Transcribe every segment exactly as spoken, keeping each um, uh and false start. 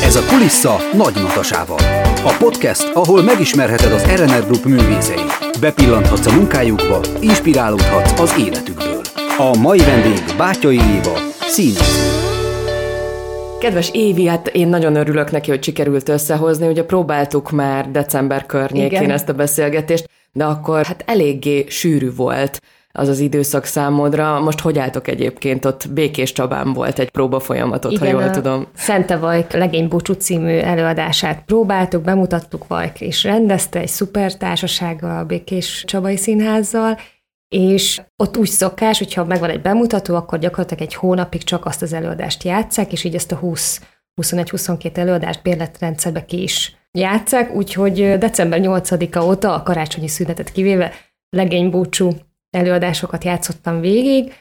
Ez a Kulissza Nagy Natasával. A podcast, ahol megismerheted az er en er Group művészeit, bepillanthatsz a munkájukba, inspirálódhatsz az életükből. A mai vendég Bátyai Éva, színész. Kedves Évi, hát én nagyon örülök neki, hogy sikerült összehozni, ugye próbáltuk már december környékén Igen. ezt a beszélgetést, de akkor hát eléggé sűrű volt az az időszak számodra. Most hogy álltok egyébként? Ott Békés Csabán volt egy próba folyamatot, Igen, ha jól tudom. Szente Vajk Legénybúcsú című előadását próbáltuk, bemutattuk, Vajk és rendezte egy szuper társasággal, a Békés Csabai Színházzal, és ott úgy szokás, hogyha megvan egy bemutató, akkor gyakorlatilag egy hónapig csak azt az előadást játsszák, és így ezt a húsz huszonegy-huszonkettő előadást bérletrendszerbe ki is játsszák, úgyhogy december nyolcadika óta, a karácsonyi szünetet kivéve, legénybúcsú előadásokat játszottam végig,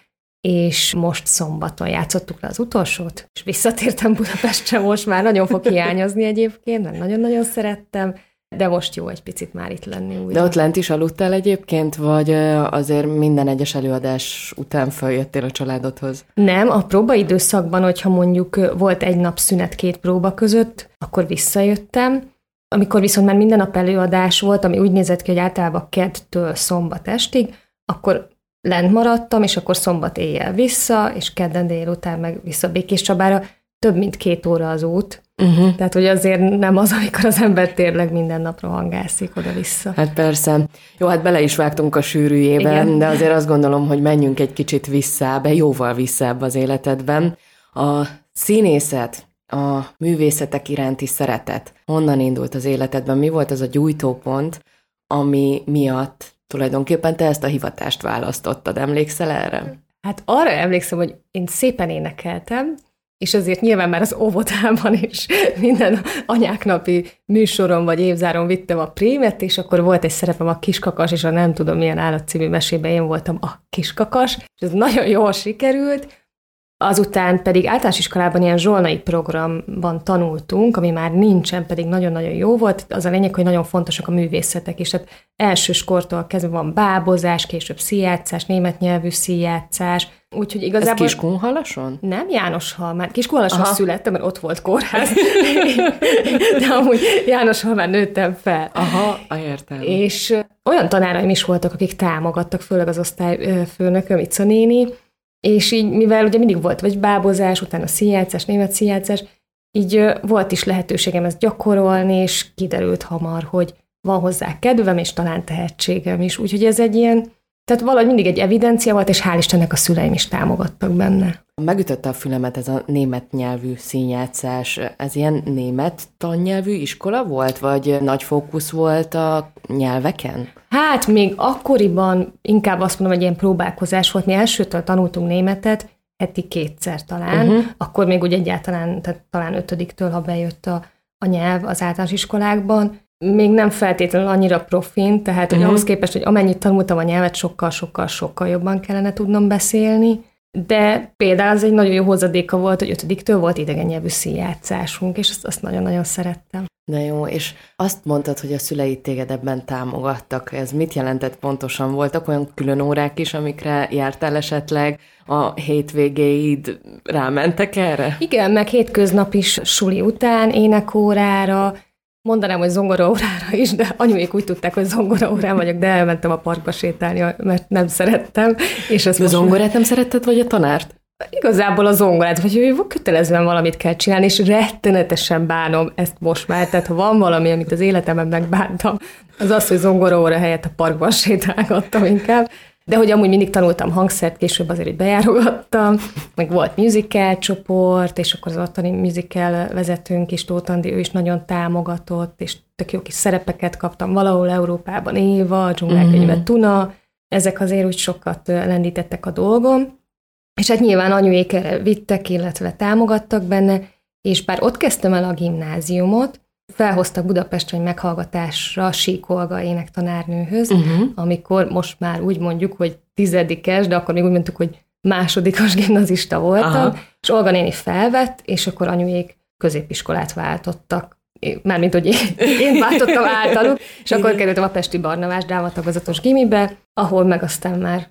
és most szombaton játszottuk le az utolsót, és visszatértem Budapestre, most már nagyon fog hiányozni egyébként, mert nagyon-nagyon szerettem, de most jó egy picit már itt lenni újra. De ott lent is aludtál egyébként, vagy azért minden egyes előadás után feljöttél a családodhoz? Nem, a próbaidőszakban, hogyha mondjuk volt egy nap szünet két próba között, akkor visszajöttem. Amikor viszont már minden nap előadás volt, ami úgy nézett ki, hogy általában kedtől szombat estig, akkor lent maradtam, és akkor szombat éjjel vissza, és kedden délután meg vissza Békés Csabára. Több mint két óra az út. Uh-huh. Tehát, hogy azért nem az, amikor az ember tényleg minden nap rohangászik oda-vissza. Hát persze. Jó, hát bele is vágtunk a sűrűjében, Igen. de azért azt gondolom, hogy menjünk egy kicsit visszább, jóval visszább az életedben. A színészet, a művészetek iránti szeretet, honnan indult az életedben? Mi volt az a gyújtópont, ami miatt tulajdonképpen te ezt a hivatást választottad? Emlékszel erre? Hát arra emlékszem, hogy én szépen énekeltem, és ezért nyilván már az óvodában is minden anyáknapi műsoron vagy évzáron vittem a prémet, és akkor volt egy szerepem a Kiskakas, és a nem tudom milyen állat című mesében én voltam a Kiskakas, és ez nagyon jól sikerült. Azután pedig általános iskolában ilyen zsolnai programban tanultunk, ami már nincsen, pedig nagyon-nagyon jó volt. Az a lényeg, hogy nagyon fontosak a művészetek, és hát elsőskortól kezdve van bábozás, később színjátszás, német nyelvű színjátszás. Úgyhogy igazából... Ez Kiskunhalason? Nem, Jánoshalmán. Kiskunhalason születtem, mert ott volt kórház. De amúgy Jánoshalmán nőttem fel. Aha, értem. És olyan tanáraim is voltak, akik támogattak, főleg az osztályfőnököm, Ica néni, és így, mivel ugye mindig volt vagy bábozás, utána színjátszás, német színjátszás, így volt is lehetőségem ezt gyakorolni, és kiderült hamar, hogy van hozzá kedvem, és talán tehetségem is. Úgyhogy ez egy ilyen, tehát valahogy mindig egy evidencia volt, és hál' Istennek a szüleim is támogattak benne. Megütötte a fülemet ez a német nyelvű színjátszás. Ez ilyen német tannyelvű iskola volt, vagy nagy fókusz volt a nyelveken? Hát még akkoriban inkább azt mondom, hogy ilyen próbálkozás volt. Mi elsőtől tanultunk németet, heti kétszer talán, uh-huh. akkor még úgy egyáltalán, tehát talán ötödiktől, ha bejött a, a nyelv az általános iskolákban, még nem feltétlenül annyira profin, tehát uh-huh. hogy ahhoz képest, hogy amennyit tanultam a nyelvet, sokkal-sokkal-sokkal jobban kellene tudnom beszélni, de például az egy nagyon jó hozadéka volt, hogy ötödiktől volt idegen nyelvű színjátszásunk, és azt, azt nagyon-nagyon szerettem. De jó, és azt mondtad, hogy a szüleid téged ebben támogattak. Ez mit jelentett pontosan? Voltak olyan külön órák is, amikre jártál esetleg? A hétvégéid rámentek erre? Igen, meg hétköznap is suli után énekórára, mondanám, hogy zongoraórára is, de anyuék úgy tudták, hogy zongoraórán vagyok, de elmentem a parkba sétálni, mert nem szerettem. És de zongorát nem szeretted, vagy a tanárt? Igazából a zongorát, vagy hogy kötelezően valamit kell csinálni, és rettenetesen bánom ezt most már. Tehát ha van valami, amit az életemben megbántam, az az, hogy zongoraóra helyett a parkban sétálgattam inkább. De hogy amúgy mindig tanultam hangszert, később azért így bejárogattam, meg volt musical csoport, és akkor az ottani musical vezetőnk is, Tóth Andi, ő is nagyon támogatott, és tök jó kis szerepeket kaptam valahol Európában, Éva, a dzsungelkönyve mm. Tuna, ezek azért úgy sokat lendítettek a dolgom, és hát nyilván anyuék erre vittek, illetve támogattak benne, és bár ott kezdtem el a gimnáziumot, felhoztak Budapestre egy meghallgatásra Sík Olga énektanárnőhöz, uh-huh. amikor most már úgy mondjuk, hogy tizedikes, de akkor még úgy mondtuk, hogy másodikos gimnazista voltam, Aha. és Olga néni felvett, és akkor anyuék középiskolát váltottak. Mármint, hogy én, én váltottam általuk, és akkor kerültem a Pesti Barnavás drámatagozatos gimibe, ahol meg aztán már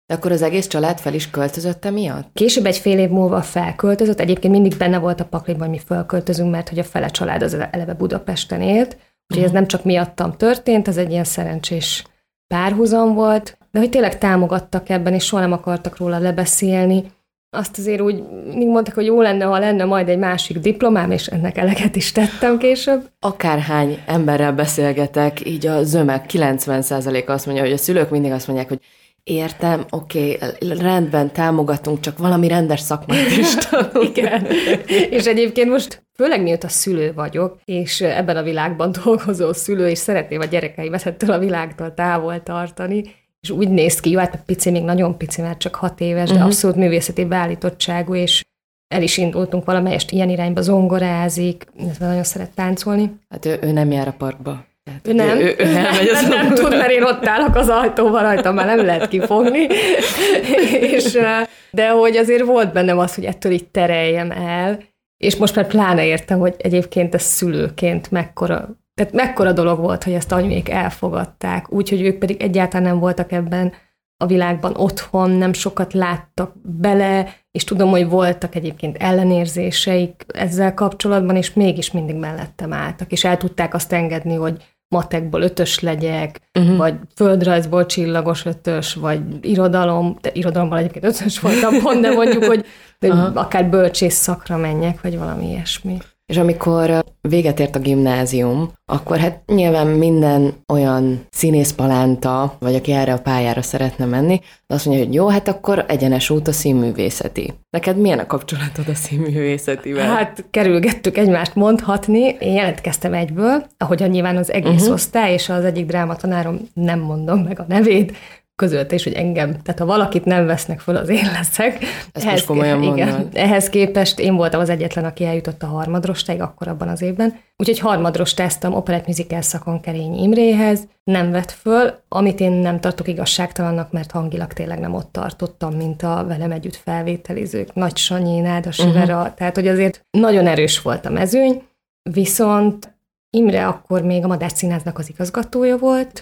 De akkor az egész család fel is költözött emiatt? Később egy fél év múlva felköltözött, egyébként mindig benne volt a pakliban, hogy mi felköltözünk, mert hogy a fele család az eleve Budapesten élt, úgyhogy ez nem csak miattam történt, ez egy ilyen szerencsés párhuzam volt, de hogy tényleg támogattak ebben, és soha nem akartak róla lebeszélni. Azt azért úgy mindig mondtak, hogy jó lenne, ha lenne majd egy másik diplomám, és ennek eleget is tettem később. Akárhány emberrel beszélgetek, így a zömeg kilencven százalék azt mondja, hogy a szülők mindig azt mondják, hogy értem, oké, okay, rendben, támogatunk, csak valami rendes szakmát is tanulunk. Igen. És egyébként most főleg mióta szülő vagyok, és ebben a világban dolgozó szülő, és szeretném a gyerekeimet ettől a világtól távol tartani, és úgy néz ki, jó, hát pici, még nagyon pici, mert csak hat éves, de uh-huh. abszolút művészeti beállítottságú, és el is indultunk valamelyest ilyen irányba, zongorázik, nagyon szeret táncolni. Hát ő, ő nem jár a parkba. Ő nem, ő, ő nem, nem, nem tud, mert én ott állok az ajtóban, rajta már nem lehet kifogni. és, de hogy azért volt bennem az, hogy ettől így tereljem el, és most már pláne értem, hogy egyébként ez szülőként mekkora, tehát mekkora dolog volt, hogy ezt anyuék elfogadták, úgyhogy ők pedig egyáltalán nem voltak ebben a világban otthon, nem sokat láttak bele, és tudom, hogy voltak egyébként ellenérzéseik ezzel kapcsolatban, és mégis mindig mellettem álltak, és el tudták azt engedni, hogy matekból ötös legyek, uh-huh. vagy földrajzból csillagos ötös, vagy irodalom, de irodalomban egyébként ötös voltam pont, de mondjuk, hogy uh-huh. akár bölcsész szakra menjek, vagy valami ilyesmi. És amikor véget ért a gimnázium, akkor hát nyilván minden olyan színészpalánta, vagy aki erre a pályára szeretne menni, de azt mondja, hogy jó, hát akkor egyenes út a színművészeti. Neked milyen a kapcsolatod a színművészetivel? Hát kerülgettük egymást mondhatni. Én jelentkeztem egyből, ahogyan nyilván az egész uh-huh. osztály, és az egyik drámatanárom, nem mondom meg a nevét, közölte is, hogy engem, tehát ha valakit nem vesznek föl, az én leszek. Ezt ehhez most komolyan kép- igen, mondod. Ehhez képest én voltam az egyetlen, aki eljutott a harmadrostáig, akkor abban az évben. Úgyhogy harmadrostáztam operett musical szakon Kerényi Imréhez, nem vett föl, amit én nem tartok igazságtalannak, mert hangilag tényleg nem ott tartottam, mint a velem együtt felvételizők, Nagy Sanyi, Náda Sivera, uh-huh. tehát hogy azért nagyon erős volt a mezőny, viszont Imre akkor még a Madách Színháznak az igazgatója volt,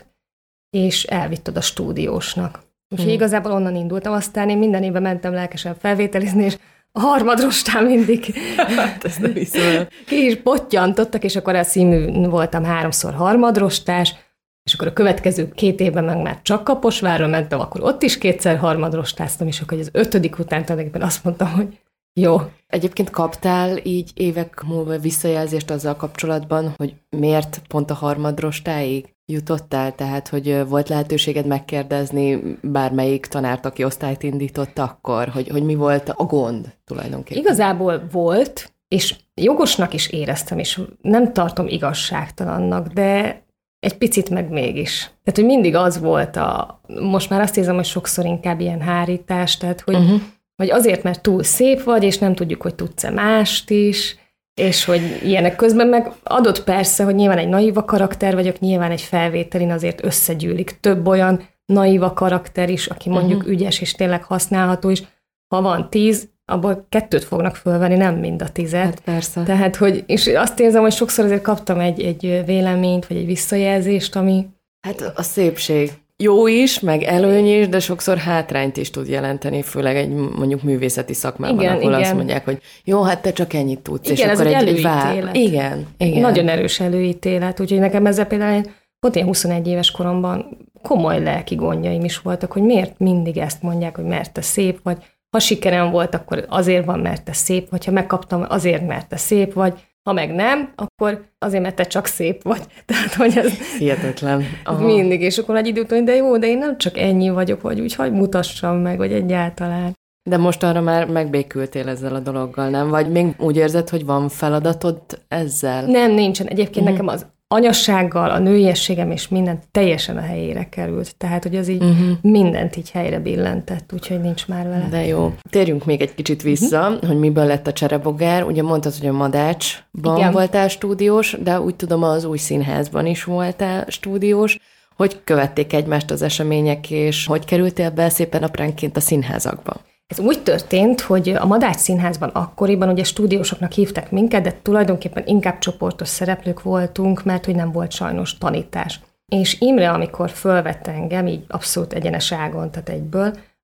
és elvitt oda stúdiósnak. Úgyhogy hmm. igazából onnan indultam, aztán én minden évben mentem lelkesen felvételizni, és a harmadrostán mindig hát ezt nem hiszem. Ki is pottyantottak, és akkor a színmű voltam háromszor harmadrostás, és akkor a következő két évben meg már csak Kaposvárra mentem, akkor ott is kétszer harmadrostáztam, és akkor az ötödik után tulajdonképpen azt mondtam, hogy jó. Egyébként kaptál így évek múlva visszajelzést azzal kapcsolatban, hogy miért pont a harmadrostáig jutottál? Tehát, hogy volt lehetőséged megkérdezni bármelyik tanárt, aki osztályt indított akkor, hogy, hogy mi volt a gond tulajdonképpen? Igazából volt, és jogosnak is éreztem, és nem tartom igazságtalannak, de egy picit meg mégis. Tehát, hogy mindig az volt a... Most már azt érzem, hogy sokszor inkább ilyen hárítás, tehát, hogy uh-huh. vagy azért, mert túl szép vagy, és nem tudjuk, hogy tudsz-e mást is, és hogy ilyenek közben meg adott persze, hogy nyilván egy naíva karakter vagyok, nyilván egy felvételin azért összegyűlik több olyan naíva karakter is, aki mondjuk uh-huh. ügyes és tényleg használható is. Ha van tíz, abból kettőt fognak fölvenni, nem mind a tizet. Hát persze. Tehát, hogy, és azt érzem, hogy sokszor azért kaptam egy, egy véleményt, vagy egy visszajelzést, ami... Hát a szépség jó is, meg előny is, de sokszor hátrányt is tud jelenteni, főleg egy mondjuk művészeti szakmában, igen, ahol igen. azt mondják, hogy jó, hát te csak ennyit tudsz. Igen, és ez akkor egy egy előítélet. Igen, igen. Nagyon erős előítélet, úgyhogy nekem ezzel például pont én huszonegy éves koromban komoly lelki gondjaim is voltak, hogy miért mindig ezt mondják, hogy mert te szép vagy. Ha sikerem volt, akkor azért van, mert te szép vagy. Ha megkaptam, azért, mert te szép vagy. Ha meg nem, akkor azért, mert te csak szép vagy. Tehát, hogy ez hihetetlen. Aha. Mindig, és akkor egy időt mondja, de jó, de én nem csak ennyi vagyok, vagy úgy, hogy mutassam meg, vagy egyáltalán. De most arra már megbékültél ezzel a dologgal, nem? Vagy még úgy érzed, hogy van feladatod ezzel? Nem, nincsen. Egyébként uh-huh. nekem az anyassággal, a nőiességem és minden teljesen a helyére került. Tehát, hogy az így uh-huh. mindent így helyre billentett, úgyhogy nincs már vele. De jó. Térjünk még egy kicsit vissza, uh-huh. hogy miből lett a Cserebogár. Ugye mondtad, hogy a Madácsban igen. voltál stúdiós, de úgy tudom, az Új Színházban is voltál stúdiós. Hogy követték egymást az események, és hogy kerültél be szépen apránként a színházakba? Ez úgy történt, hogy a Madács Színházban akkoriban ugye stúdiósoknak hívtak minket, de tulajdonképpen inkább csoportos szereplők voltunk, mert hogy nem volt sajnos tanítás. És Imre, amikor fölvett engem, így abszolút egyenes ágon, tehát egyből,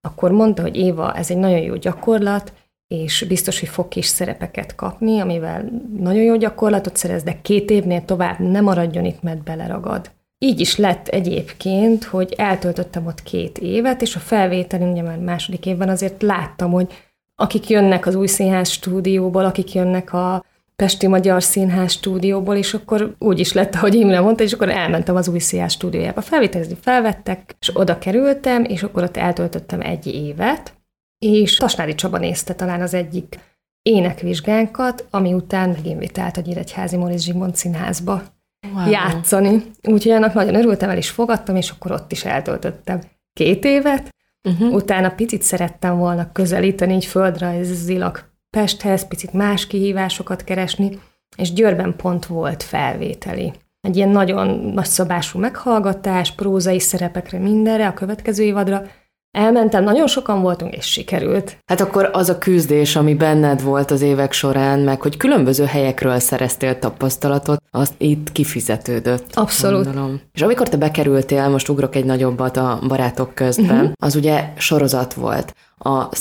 akkor mondta, hogy Éva, ez egy nagyon jó gyakorlat, és biztos, hogy fog kis szerepeket kapni, amivel nagyon jó gyakorlatot szerez, de két évnél tovább ne maradjon itt, mert beleragad. Így is lett egyébként, hogy eltöltöttem ott két évet, és a felvételin, ugye már második évben azért láttam, hogy akik jönnek az Új Színház stúdióból, akik jönnek a Pesti Magyar Színház stúdióból, és akkor úgy is lett, ahogy Imre mondta, és akkor elmentem az Új Színház stúdiójába felvételezni, felvettek, és oda kerültem, és akkor ott eltöltöttem egy évet, és Tasnádi Csaba nézte talán az egyik énekvizsgánkat, ami után meginvitált a Nyíregyházi Móricz Zsigmond Színházba wow. játszani. Úgyhogy annak nagyon örültem, el is fogadtam, és akkor ott is eltöltöttem két évet. Uh-huh. Utána picit szerettem volna közelíteni, így földrajzilag Pesthez, picit más kihívásokat keresni, és Győrben pont volt felvételi. Egy ilyen nagyon nagyszabású meghallgatás, prózai szerepekre, mindenre, a következő évadra. Elmentem, nagyon sokan voltunk, és sikerült. Hát akkor az a küzdés, ami benned volt az évek során, meg hogy különböző helyekről szereztél tapasztalatot, az itt kifizetődött. Abszolút. Gondolom. És amikor te bekerültél, most ugrok egy nagyobbat a Barátok közben, uh-huh. az ugye sorozat volt. A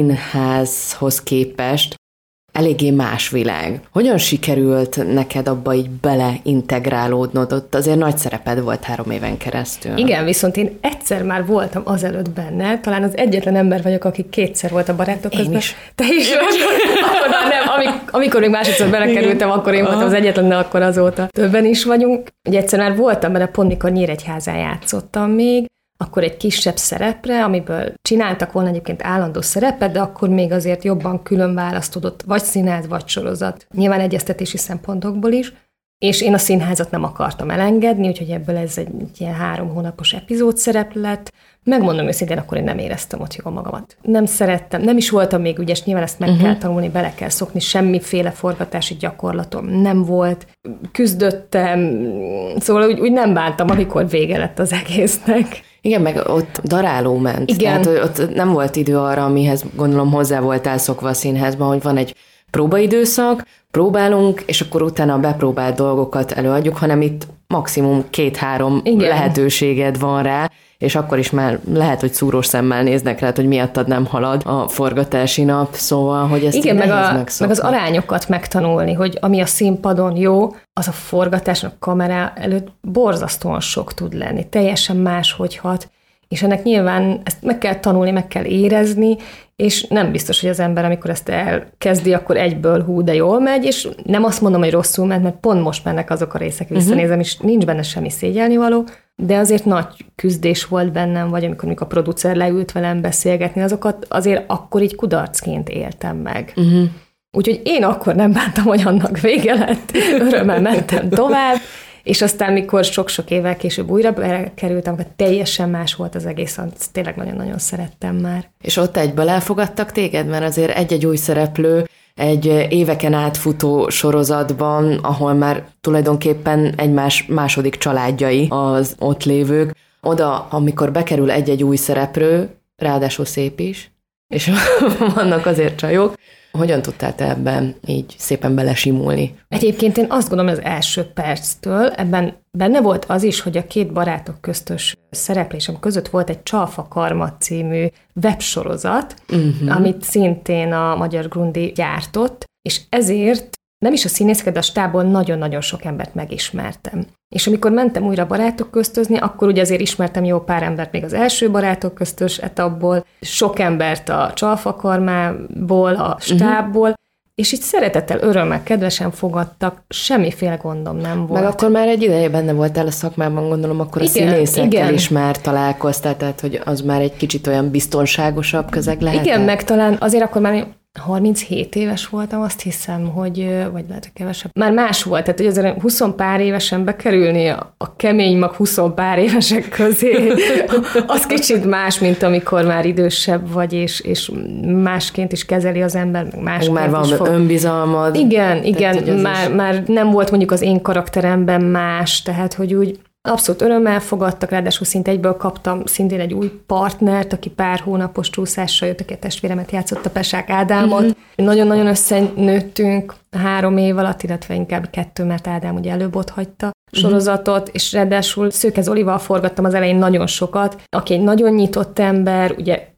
színházhoz képest eléggé más világ. Hogyan sikerült neked abba így beleintegrálódnod? Ott azért nagy szereped volt három éven keresztül. Igen, viszont én egyszer már voltam azelőtt benne, talán az egyetlen ember vagyok, aki kétszer volt a Barátok közben. Én is. Te is vagy? Akkor már nem, amikor, amikor még másodszor belekerültem, akkor én voltam az egyetlen, de akkor azóta többen is vagyunk. Ugye egyszer már voltam benne, pont mikor Nyíregyházán játszottam még, akkor egy kisebb szerepre, amiből csináltak volna egyébként állandó szerepet, de akkor még azért jobban külön választódott, vagy színház, vagy sorozat. Nyilván egyeztetési szempontokból is, és én a színházat nem akartam elengedni, úgyhogy ebből ez egy ilyen három hónapos epizód szerep lett. Megmondom őszintén, akkor én nem éreztem ott jól magamat. Nem szerettem, nem is voltam még ügyes, nyilván ezt meg uh-huh. kell tanulni, bele kell szokni, semmiféle forgatási gyakorlatom nem volt. Küzdöttem, szóval úgy, úgy nem bántam, amikor vége lett az egésznek. Igen, meg ott daráló ment. Igen. Tehát ott nem volt idő arra, amihez gondolom hozzá voltál szokva a színházban, hogy van egy próbaidőszak, próbálunk, és akkor utána a bepróbált dolgokat előadjuk, hanem itt maximum két-három Igen. lehetőséged van rá, és akkor is már lehet, hogy szúrós szemmel néznek rá, hogy miattad nem halad a forgatási nap, szóval, hogy ezt Igen, meg, a, meg az arányok. arányokat megtanulni, hogy ami a színpadon jó, az a forgatás, a kamera előtt borzasztóan sok tud lenni, teljesen máshogy hat, és ennek nyilván ezt meg kell tanulni, meg kell érezni, és nem biztos, hogy az ember, amikor ezt elkezdi, akkor egyből hú, de jól megy, és nem azt mondom, hogy rosszul ment, mert pont most mennek azok a részek, visszanézem, és nincs benne semmi szégyelnivaló, de azért nagy küzdés volt bennem, vagy amikor, amikor a producer leült velem beszélgetni, azokat azért akkor így kudarcként éltem meg. Uh-huh. Úgyhogy én akkor nem bántam, hogy annak vége lett, örömmel mentem tovább, és aztán, mikor sok-sok évvel később újra kerültem, akkor teljesen más volt az egész, azt tényleg nagyon-nagyon szerettem már. És ott egyből elfogadtak téged, mert azért egy-egy új szereplő egy éveken átfutó sorozatban, ahol már tulajdonképpen egymás második családjai az ott lévők, oda, amikor bekerül egy-egy új szereplő, ráadásul szép is, és vannak azért csajok, hogyan tudtál te ebben így szépen belesimulni? Egyébként én azt gondolom, hogy az első perctől ebben benne volt az is, hogy a két Barátok köztös szereplésem között volt egy Csalfa Karma című websorozat, uh-huh. amit szintén a Magyar Grundi gyártott, és ezért nem is a színészeket, de a stábból nagyon-nagyon sok embert megismertem. És amikor mentem újra Barátok köztözni, akkor ugye azért ismertem jó pár embert még az első Barátok köztös etapból, sok embert a Csalfa Karmából, a stábból, uh-huh. és így szeretettel, örömmel, kedvesen fogadtak, semmiféle gondom nem volt. Meg akkor már egy ideje benne voltál a szakmában, gondolom, akkor igen, a színészekkel igen. is már találkoztál, tehát hogy az már egy kicsit olyan biztonságosabb közeg lehet. Igen, meg talán azért akkor már harminchét éves voltam, azt hiszem, hogy, vagy lehet, hogy kevesebb. Már más volt, tehát hogy azért húsz pár évesen bekerülni a, a kemény mag húsz pár évesek közé, az kicsit más, mint amikor már idősebb vagy, és, és másként is kezeli az ember, meg másként már van is fog. önbizalmad. Igen, igen, tehát, már, már nem volt mondjuk az én karakteremben más, tehát hogy úgy abszolút örömmel fogadtak, ráadásul szinte egyből kaptam szintén egy új partnert, aki pár hónapos csúszással jött, aki a testvéremet játszott, a Pesák Ádámot. Uh-huh. Nagyon-nagyon összenőttünk három év alatt, illetve inkább kettő, mert Ádám ugye előbb ott hagyta sorozatot, uh-huh. és ráadásul Szőke Zolival forgattam az elején nagyon sokat, aki egy nagyon nyitott ember, ugye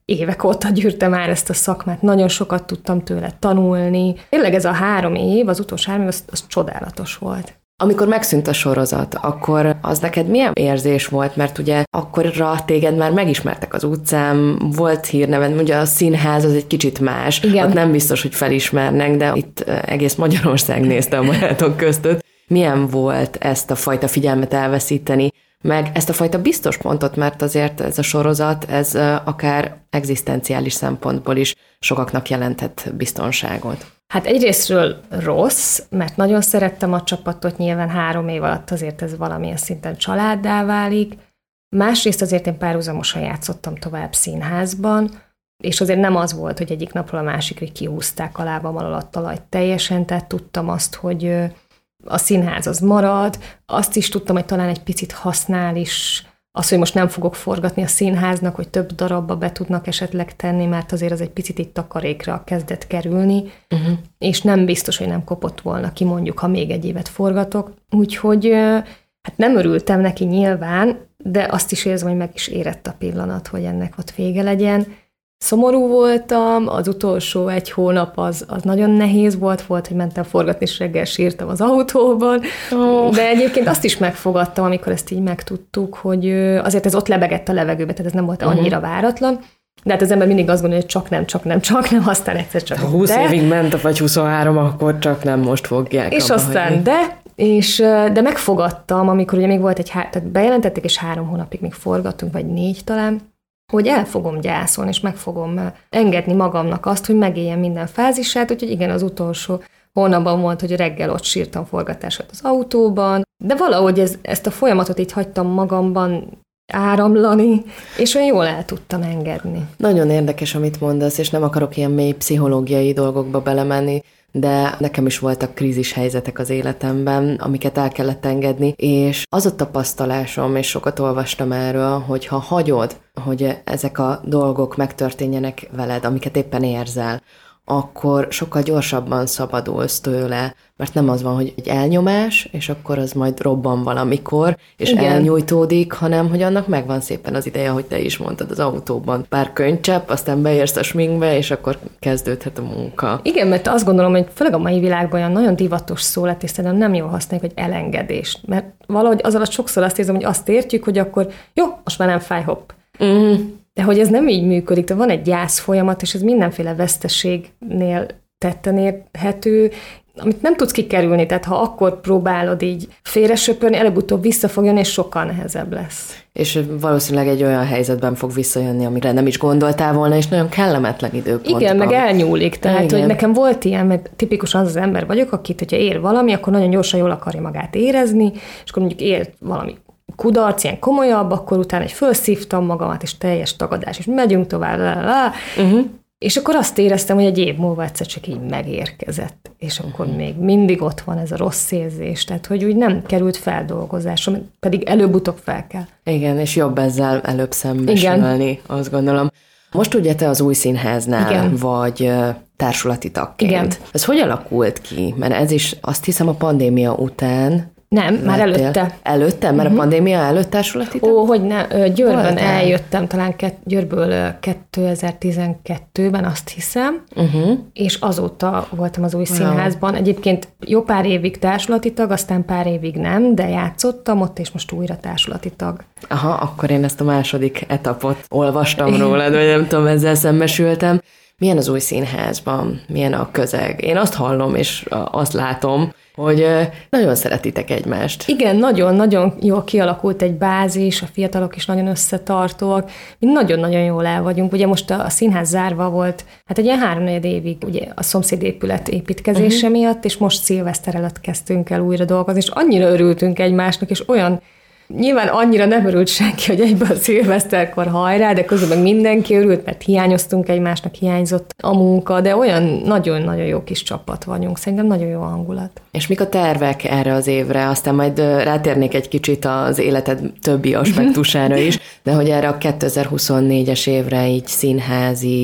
évek óta gyűrtem már ezt a szakmát, nagyon sokat tudtam tőle tanulni. Tényleg ez a három év, az utolsó három év, az, az csodálatos volt. Amikor megszűnt a sorozat, akkor az neked milyen érzés volt? Mert ugye akkorra téged már megismertek az utcán, volt hírneved, ugye a színház az egy kicsit más. Igen. Ott nem biztos, hogy felismernek, de itt egész Magyarország nézte a barátok között. Milyen volt ezt a fajta figyelmet elveszíteni, meg ezt a fajta biztos pontot, mert azért ez a sorozat, ez akár egzisztenciális szempontból is sokaknak jelentett biztonságot. Hát egyrésztről rossz, mert nagyon szerettem a csapatot, nyilván három év alatt azért ez valamilyen szinten családdá válik. Másrészt azért én párhuzamosan játszottam tovább színházban, és azért nem az volt, hogy egyik napról a másikra kihúzták a lábam alól a talajt teljesen, tehát tudtam azt, hogy a színház az marad, azt is tudtam, hogy talán egy picit használ is az, hogy most nem fogok forgatni a színháznak, hogy több darabba be tudnak esetleg tenni, mert azért az egy picit itt takarékra kezdett kerülni, uh-huh. és nem biztos, hogy nem kopott volna ki, mondjuk, ha még egy évet forgatok. Úgyhogy hát nem örültem neki nyilván, de azt is érzem, hogy meg is érett a pillanat, hogy ennek ott vége legyen. Szomorú voltam, az utolsó egy hónap az, az nagyon nehéz volt, volt, hogy mentem forgatni, és reggel sírtam az autóban, oh. de egyébként azt is megfogadtam, amikor ezt így megtudtuk, hogy azért ez ott lebegett a levegőbe, tehát ez nem volt annyira uh-huh. váratlan, de hát az ember mindig azt gondolja, hogy csak nem, csak nem, csak nem, aztán egyszer csak. Ha húsz de. évig ment, vagy huszonhárom, akkor csak nem most fogják. És aztán hagyni. de, és, de megfogadtam, amikor ugye még volt egy, tehát bejelentették, és három hónapig még forgattunk, vagy négy talán, hogy el fogom gyászolni, és meg fogom engedni magamnak azt, hogy megéljen minden fázisát, úgyhogy igen, az utolsó hónapban volt, hogy reggel ott sírtam forgatásot az autóban, de valahogy ez, ezt a folyamatot így hagytam magamban áramlani, és olyan jól el tudtam engedni. Nagyon érdekes, amit mondasz, és nem akarok ilyen mély pszichológiai dolgokba belemenni, de nekem is voltak krízis helyzetek az életemben, amiket el kellett engedni, és az a tapasztalásom, és sokat olvastam erről, hogy ha hagyod, hogy ezek a dolgok megtörténjenek veled, amiket éppen érzel, akkor sokkal gyorsabban szabadulsz tőle, mert nem az van, hogy egy elnyomás, és akkor az majd robban valamikor, és igen. elnyújtódik, hanem hogy annak megvan szépen az ideje, hogy te is mondtad az autóban. Pár könycsepp, aztán beérsz a sminkbe, és akkor kezdődhet a munka. Igen, mert azt gondolom, hogy főleg a mai világban olyan nagyon divatos szó lett, és szerintem nem jól használjuk, hogy elengedést. Mert valahogy az alatt sokszor azt érzem, hogy azt értjük, hogy akkor jó, most már nem fáj, hopp. Mm. De hogy ez nem így működik, de van egy gyász folyamat, és ez mindenféle veszteségnél tetten érhető, amit nem tudsz kikerülni, tehát ha akkor próbálod így félresöpörni, előbb-utóbb vissza fog jönni, és sokkal nehezebb lesz. És valószínűleg egy olyan helyzetben fog visszajönni, amire nem is gondoltál volna, és nagyon kellemetlen időpontban. Igen, meg elnyúlik, tehát igen. hogy nekem volt ilyen, mert tipikusan az az ember vagyok, akit, hogyha ér valami, akkor nagyon gyorsan jól akarja magát érezni, és akkor mondjuk ér valami kudarc, ilyen komolyabb, akkor utána egy felszívtam magamat, és teljes tagadás, és megyünk tovább, lá, lá. Uh-huh. És akkor azt éreztem, hogy egy év múlva egyszer csak így megérkezett, és akkor uh-huh. még mindig ott van ez a rossz érzés, tehát hogy úgy nem került feldolgozásra, pedig előbb-utóbb fel kell. Igen, és jobb ezzel előbb szembesülni, azt gondolom. Most ugye te az Új Színháznál igen. vagy társulati tagként. Igen. Ez hogy alakult ki? Mert ez is azt hiszem a pandémia után Nem, már előtte. Előtte? Mert uh-huh. a pandémia előtt társulati tag? Ó, hogy ne, Győrben Voltál? eljöttem, talán ke- Győrből kétezer-tizenkettőben, azt hiszem, uh-huh. és azóta voltam az Új wow. Színházban. Egyébként jó pár évig társulati tag, aztán pár évig nem, de játszottam ott, és most újra társulati tag. Aha, akkor én ezt a második etapot olvastam rólad, vagy nem tudom, ezzel szembesültem. Milyen az Új Színházban? Milyen a közeg? Én azt hallom, és azt látom, hogy nagyon szeretitek egymást. Igen, nagyon-nagyon jól kialakult egy bázis, a fiatalok is nagyon összetartóak, mi nagyon-nagyon jól el vagyunk. Ugye most a, a színház zárva volt, hát egy ilyen háromnegyed évig ugye a szomszédépület építkezése uh-huh. miatt, és most szilveszter előtt kezdtünk el újra dolgozni, és annyira örültünk egymásnak, és olyan nyilván annyira nem örült senki, hogy egyben a szilveszterkor hajrá, de közben meg mindenki örült, mert hiányoztunk egymásnak, hiányzott a munka, de olyan nagyon-nagyon jó kis csapat vagyunk. Szerintem nagyon jó a hangulat. És mik a tervek erre az évre? Aztán majd rátérnék egy kicsit az életed többi aspektusára is, de hogy erre a kétezer-huszonnégyes évre így színházi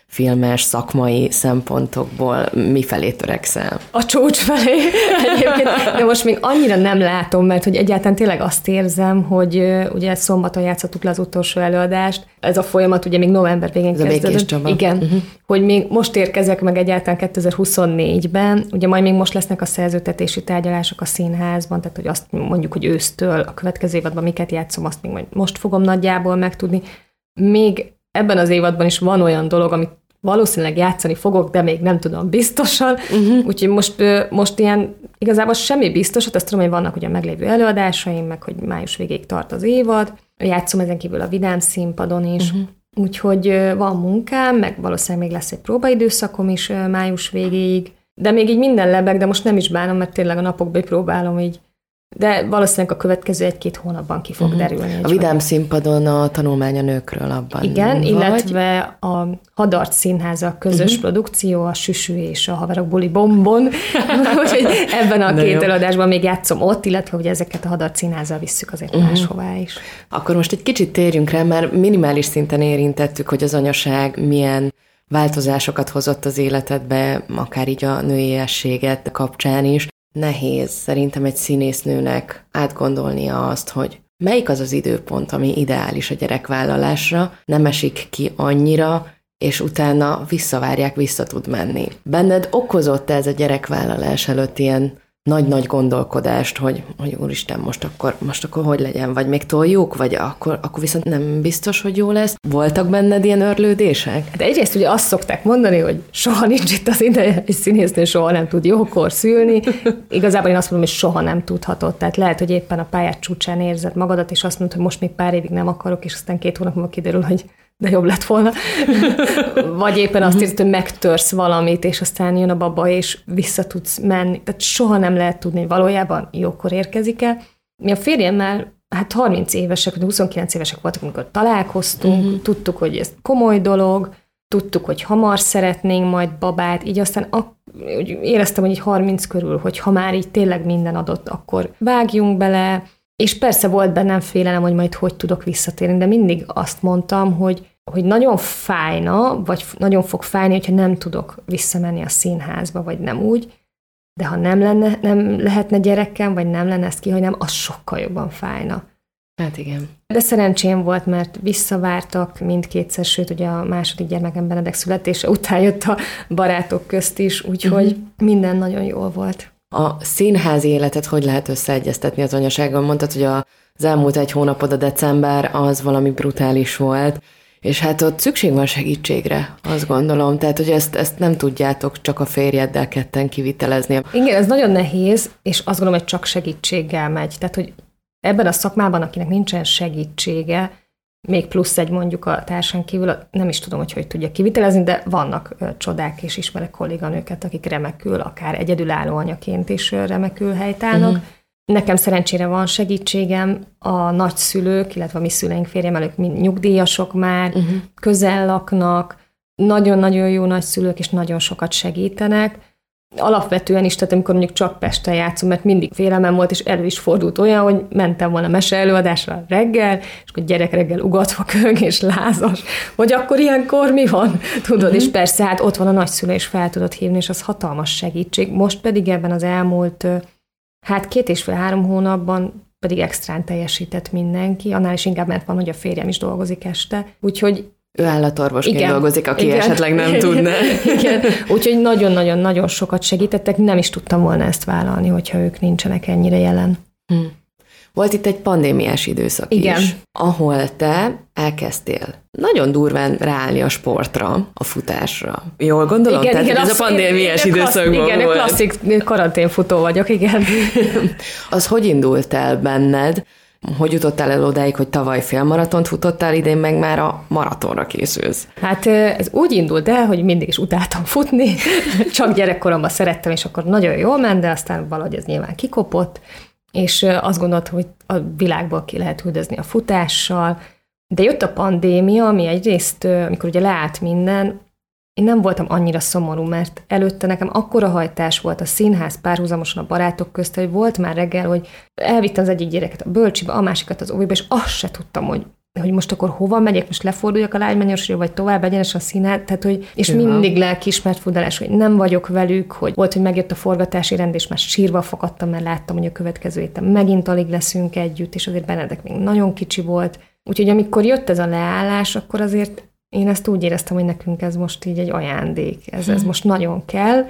filmes, szakmai szempontokból mifelé törekszel? A csúcs felé egyébként, de most még annyira nem látom, mert hogy egyáltalán tényleg azt érzem, hogy ugye szombaton játszottuk le az utolsó előadást, ez a folyamat ugye még november végén kezdődött. Igen, uh-huh. hogy még most érkezek meg egyáltalán kétezer-huszonnégyben, ugye majd még most lesznek a szerződtetési tárgyalások a színházban, tehát hogy azt mondjuk, hogy ősztől a következő évadban miket játszom, azt még majd most fogom nagyjából megtudni. Még ebben az évadban is van olyan dolog, amit valószínűleg játszani fogok, de még nem tudom biztosan. Uh-huh. Úgyhogy most, most ilyen igazából semmi biztosat, azt tudom, hogy vannak ugye a meglévő előadásaim, meg hogy május végéig tart az évad. Játszom ezen kívül a Vidám színpadon is. Uh-huh. Úgyhogy van munkám, meg valószínűleg még lesz egy próbaidőszakom is május végéig. De még így minden lebeg, de most nem is bánom, mert tényleg a napokban próbálom így. De valószínűleg a következő egy-két hónapban ki fog uh-huh. derülni. A Vidám színpadon a Tanulmány a nőkről abban igen, vagy. Illetve a Hadarc Színháza közös uh-huh. produkció, a Süsű és a Haverok Buli Bombon. Úgyhogy ebben a de két jó. előadásban még játszom ott, illetve hogy ezeket a Hadarc Színházzal visszük azért uh-huh. máshová is. Akkor most egy kicsit térjünk rá, mert minimális szinten érintettük, hogy az anyaság milyen változásokat hozott az életedbe, akár így a nőiességet kapcsán is. Nehéz szerintem egy színésznőnek átgondolnia azt, hogy melyik az az időpont, ami ideális a gyerekvállalásra, nem esik ki annyira, és utána visszavárják, vissza tud menni. Benned okozott ez a gyerekvállalás előtt ilyen nagy-nagy gondolkodást, hogy, hogy úristen, most akkor, most akkor hogy legyen, vagy még toljuk, vagy akkor, akkor viszont nem biztos, hogy jó lesz. Voltak benned ilyen örlődések? Hát egyrészt ugye azt szokták mondani, hogy soha nincs itt az ideje, és színésznő soha nem tud jókor szülni. Igazából én azt mondom, hogy soha nem tudhatod. Tehát lehet, hogy éppen a pályát csúcsán érzed magadat, és azt mondod, hogy most még pár évig nem akarok, és aztán két hónap múlva kiderül, hogy de jobb lett volna. Vagy éppen azt érzed, hogy megtörsz valamit, és aztán jön a baba, és vissza tudsz menni. Tehát soha nem lehet tudni, hogy valójában jókor érkezik-e. Mi a férjemmel, hát harminc évesek, huszonkilenc évesek voltak, amikor találkoztunk, uh-huh. tudtuk, hogy ez komoly dolog, tudtuk, hogy hamar szeretnénk majd babát, így aztán a, éreztem, hogy így harminc körül, hogy ha már így tényleg minden adott, akkor vágjunk bele. És persze volt bennem félelem, hogy majd hogy tudok visszatérni, de mindig azt mondtam, hogy, hogy nagyon fájna, vagy nagyon fog fájni, hogyha nem tudok visszamenni a színházba, vagy nem úgy, de ha nem, lenne, nem lehetne gyerekem, vagy nem lenne ezt kihagynom, az sokkal jobban fájna. Hát igen. De szerencsém volt, mert visszavártak mindkétszer, sőt, ugye a második gyermekem Benedek születése után jött a barátok közt is, úgyhogy uh-huh. minden nagyon jól volt. A színházi életet hogy lehet összeegyeztetni az anyasággal? Mondtad, hogy az elmúlt egy hónapod, a december, az valami brutális volt, és hát ott szükség van segítségre, azt gondolom. Tehát, hogy ezt, ezt nem tudjátok csak a férjeddel ketten kivitelezni. Igen, ez nagyon nehéz, és azt gondolom, hogy csak segítséggel megy. Tehát, hogy ebben a szakmában, akinek nincsen segítsége, még plusz egy mondjuk a társán kívül, nem is tudom, hogy hogy tudja kivitelezni, de vannak ö, csodák, és ismerek kolléganőket, akik remekül, akár egyedülálló anyaként is ö, remekül helytállnak. Uh-huh. Nekem szerencsére van segítségem, a nagyszülők, illetve a mi szüleink, férjem, ők mind nyugdíjasok már, uh-huh. közel laknak, nagyon-nagyon jó nagyszülők, és nagyon sokat segítenek. Alapvetően is, tehát amikor mondjuk csak Pesten játszom, mert mindig félelmem volt, és elő is fordult olyan, hogy mentem volna mese előadásra reggel, és akkor gyerek reggel ugatva köhög és lázas, hogy akkor ilyenkor mi van, tudod, uh-huh. és persze hát ott van a nagyszülő, és fel tudod hívni, és az hatalmas segítség. Most pedig ebben az elmúlt, hát két és fél három hónapban pedig extrán teljesített mindenki, annál is inkább, mert van, hogy a férjem is dolgozik este, úgyhogy ő állatorvosként igen, dolgozik, aki igen, esetleg nem tudna. Igen, úgyhogy nagyon-nagyon-nagyon sokat segítettek, nem is tudtam volna ezt vállalni, hogyha ők nincsenek ennyire jelen. Hmm. Volt itt egy pandémiás időszak igen. is, ahol te elkezdtél nagyon durván ráállni a sportra, a futásra. Jól gondolom? Igen, Tehát igen, ez a pandémiás időszakban volt. Igen, klasszik karanténfutó vagyok, igen. Az hogy indult el benned? Hogy jutottál el odáig, hogy tavaly félmaratont futottál, idén meg már a maratonra készülsz? Hát ez úgy indult el, hogy mindig is utáltam futni, csak gyerekkoromban szerettem, és akkor nagyon jól ment, de aztán valahogy ez nyilván kikopott, és azt gondoltam, hogy a világból ki lehet üldözni a futással, de jött a pandémia, ami egyrészt, amikor ugye leállt minden, én nem voltam annyira szomorú, mert előtte nekem akkora hajtás volt a színház párhuzamosan a barátok közt, hogy volt már reggel, hogy elvittem az egyik gyereket a bölcsibe, a másikat az óviba, és azt se tudtam, hogy hogy most akkor hova megyek, most leforduljak a lágymányosra, vagy tovább egyenes a színát, tehát hogy, és ja. mindig lelkiismert fudalás, hogy nem vagyok velük, hogy volt, hogy megjött a forgatási rend, és már sírva fakadtam, mert láttam, hogy a következő héten megint alig leszünk együtt, és azért Benedek még nagyon kicsi volt. Úgyhogy amikor jött ez a leállás, akkor azért én ezt úgy éreztem, hogy nekünk ez most így egy ajándék, ez, ez most nagyon kell,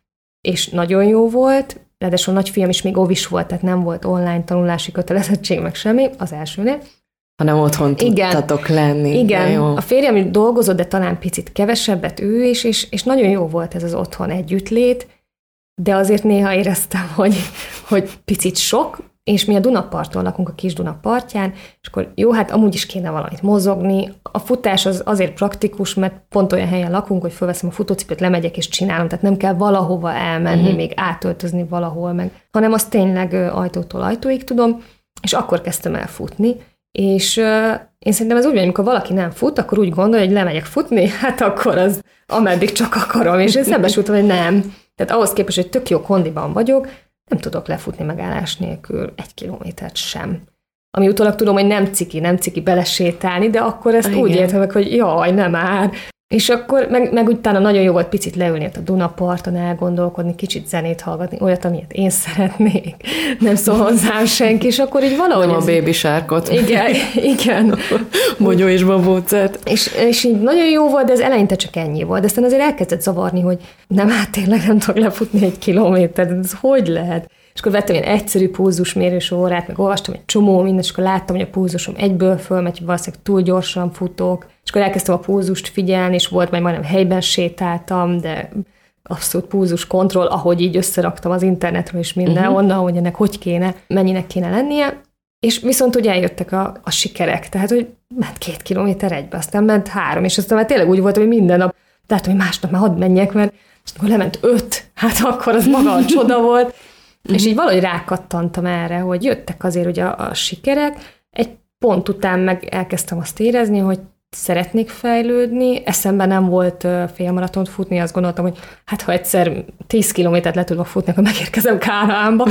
és nagyon jó volt, ráadásul a nagyfiam is még óvis volt, tehát nem volt online tanulási kötelezettség, meg semmi, az elsőnél. Hanem otthon tudtatok igen, lenni. Igen, jó. A férjem dolgozott, de talán picit kevesebbet ő is, és, és nagyon jó volt ez az otthon együttlét, de azért néha éreztem, hogy, hogy picit sok, és mi a Dunaparton lakunk, a kis Duna partján, és akkor jó, hát amúgy is kéne valamit mozogni. A futás az azért praktikus, mert pont olyan helyen lakunk, hogy fölveszem a futócipőt, lemegyek és csinálom, tehát nem kell valahova elmenni, uh-huh. még átöltözni valahol meg, hanem azt tényleg ajtótól ajtóig tudom, és akkor kezdtem el futni, és uh, én szerintem ez úgy van, amikor valaki nem fut, akkor úgy gondolja, hogy lemegyek futni, hát akkor az ameddig csak akarom, és én szembesültem, hogy nem. Tehát ahhoz képest, hogy tök jó kondiban vagyok, nem tudok lefutni megállás nélkül egy kilométert sem. Ami utólag tudom, hogy nem ciki, nem ciki belesétálni, de akkor ezt ah, úgy igen. értem meg, hogy jaj, nem már. És akkor meg, meg utána nagyon jó volt picit leülni ott a Dunaparton, elgondolkodni, kicsit zenét hallgatni, olyat, amilyet én szeretnék. Nem szól hozzám senki, és akkor így valahogy... Nem ez... a baby sharkot. Igen, igen. Bogyó és babócát. És, és így nagyon jó volt, de ez eleinte csak ennyi volt. De aztán azért elkezdett zavarni, hogy nem, hát tényleg nem tudok lefutni egy kilométert, ez hogy lehet? És akkor vettem ilyen egyszerű pulzusmérős órát, meg olvastam egy csomó mindent, és akkor láttam, hogy a pulzusom egyből fölmegy, hogy valószínűleg túl gyorsan futok. És akkor elkezdtem a pulzust figyelni, és volt, majd majdnem helyben sétáltam, de abszolút pulzus kontroll, ahogy így összeraktam az internetről és minden, uh-huh. onnan, hogy ennek hogy kéne, mennyinek kéne lennie. És viszont ugye eljöttek a, a sikerek, tehát hogy ment két kilométer egybe, aztán ment három, és aztán már tényleg úgy volt, hogy minden nap, tehát hogy másnap már hadd menjek, mert akkor lement öt, hát akkor az maga a csoda volt. Uh-huh. És így valahogy rákattantam erre, hogy jöttek azért ugye a, a sikerek, egy pont után meg elkezdtem azt érezni, hogy szeretnék fejlődni, eszemben nem volt félmaratont futni, azt gondoltam, hogy hát ha egyszer tíz kilométert le tudok futni, akkor megérkezem Kánaánba.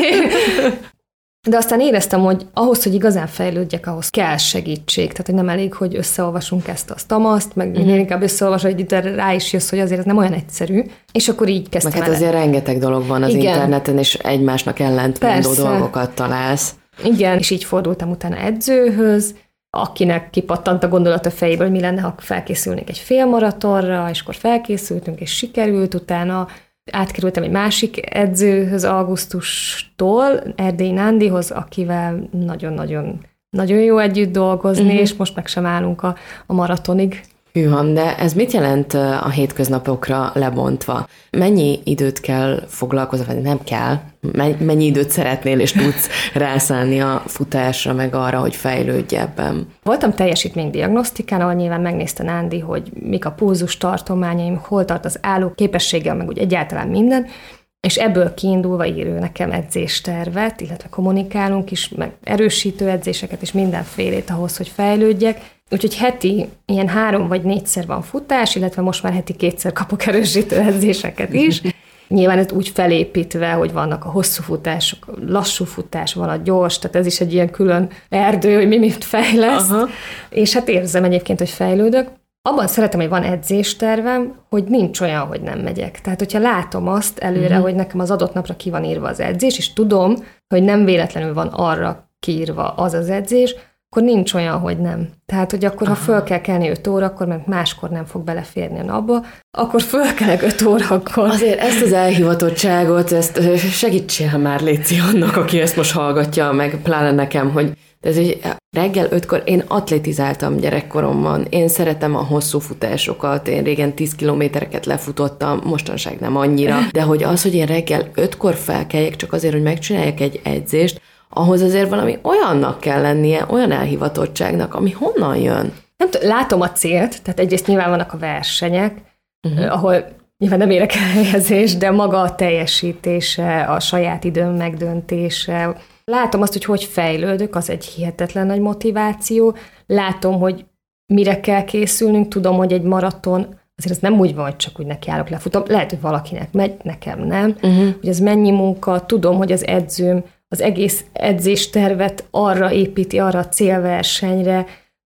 De aztán éreztem, hogy ahhoz, hogy igazán fejlődjek, ahhoz kell segítség. Tehát, hogy nem elég, hogy összeolvasunk ezt, azt, amaszt, meg minél mm-hmm. inkább összeolvasod, hogy itt rá is jössz, hogy azért ez nem olyan egyszerű. És akkor így kezdtem meg hát azért rengeteg dolog van az Igen. interneten, és egymásnak ellentmondó dolgokat találsz. Igen, és így fordultam utána edzőhöz, akinek kipattant a gondolat a fejéből, hogy mi lenne, ha felkészülnék egy félmaratonra, és akkor felkészültünk, és sikerült, utána átkerültem egy másik edzőhöz augusztustól, Erdélyi Nándihoz, akivel nagyon-nagyon nagyon jó együtt dolgozni, uh-huh. és most meg sem állunk a, a maratonig. Hűha, de ez mit jelent a hétköznapokra lebontva? Mennyi időt kell foglalkozni, vagy nem kell? Mennyi időt szeretnél és tudsz rászállni a futásra, meg arra, hogy fejlődj ebben? Voltam teljesítménydiagnosztikán, ahol nyilván megnézte Nándi, hogy mik a pulzus tartományaim, hol tart az álló képességgel, meg úgy egyáltalán minden, és ebből kiindulva ír ő nekem edzéstervet, illetve kommunikálunk is, meg erősítő edzéseket, és mindenfélét ahhoz, hogy fejlődjek. Úgyhogy heti ilyen három vagy négyszer van futás, illetve most már heti kétszer kapok erősítő edzéseket is. Nyilván ez úgy felépítve, hogy vannak a hosszú futások, a lassú futás, van a gyors, tehát ez is egy ilyen külön erdő, hogy mi mit fejleszt. Aha. És hát érzem egyébként, hogy fejlődök. Abban szeretem, hogy van edzéstervem, hogy nincs olyan, hogy nem megyek. Tehát, hogyha látom azt előre, uh-huh. hogy nekem az adott napra ki van írva az edzés, és tudom, hogy nem véletlenül van arra kiírva az az edzés, akkor nincs olyan, hogy nem. Tehát, hogy akkor, ha föl kell kelni öt órakor, mert máskor nem fog beleférni a napba, akkor fölkelek öt órakor. Azért ezt az elhivatottságot, ezt segítsél már, Léci, annak, aki ezt most hallgatja, meg pláne nekem, hogy ez egy reggel ötkor, én atlétizáltam gyerekkoromban, én szeretem a hosszú futásokat, én régen tíz kilométereket lefutottam, mostanság nem annyira, de hogy az, hogy én reggel ötkor felkeljek csak azért, hogy megcsináljak egy edzést, ahhoz azért valami olyannak kell lennie, olyan elhivatottságnak, ami honnan jön? Nem t- látom a célt, tehát egyrészt nyilván vannak a versenyek, uh-huh. ahol nyilván nem érek el helyezést, de maga a teljesítése, a saját időm megdöntése. Látom azt, hogy hogy fejlődök, az egy hihetetlen nagy motiváció. Látom, hogy mire kell készülnünk, tudom, hogy egy maraton, azért ez nem úgy van, hogy csak úgy nekiállok, lefutom. Lehet, hogy valakinek megy, nekem nem. Uh-huh. Hogy ez mennyi munka, tudom, hogy az edzőm az egész edzéstervet arra építi, arra a célversenyre,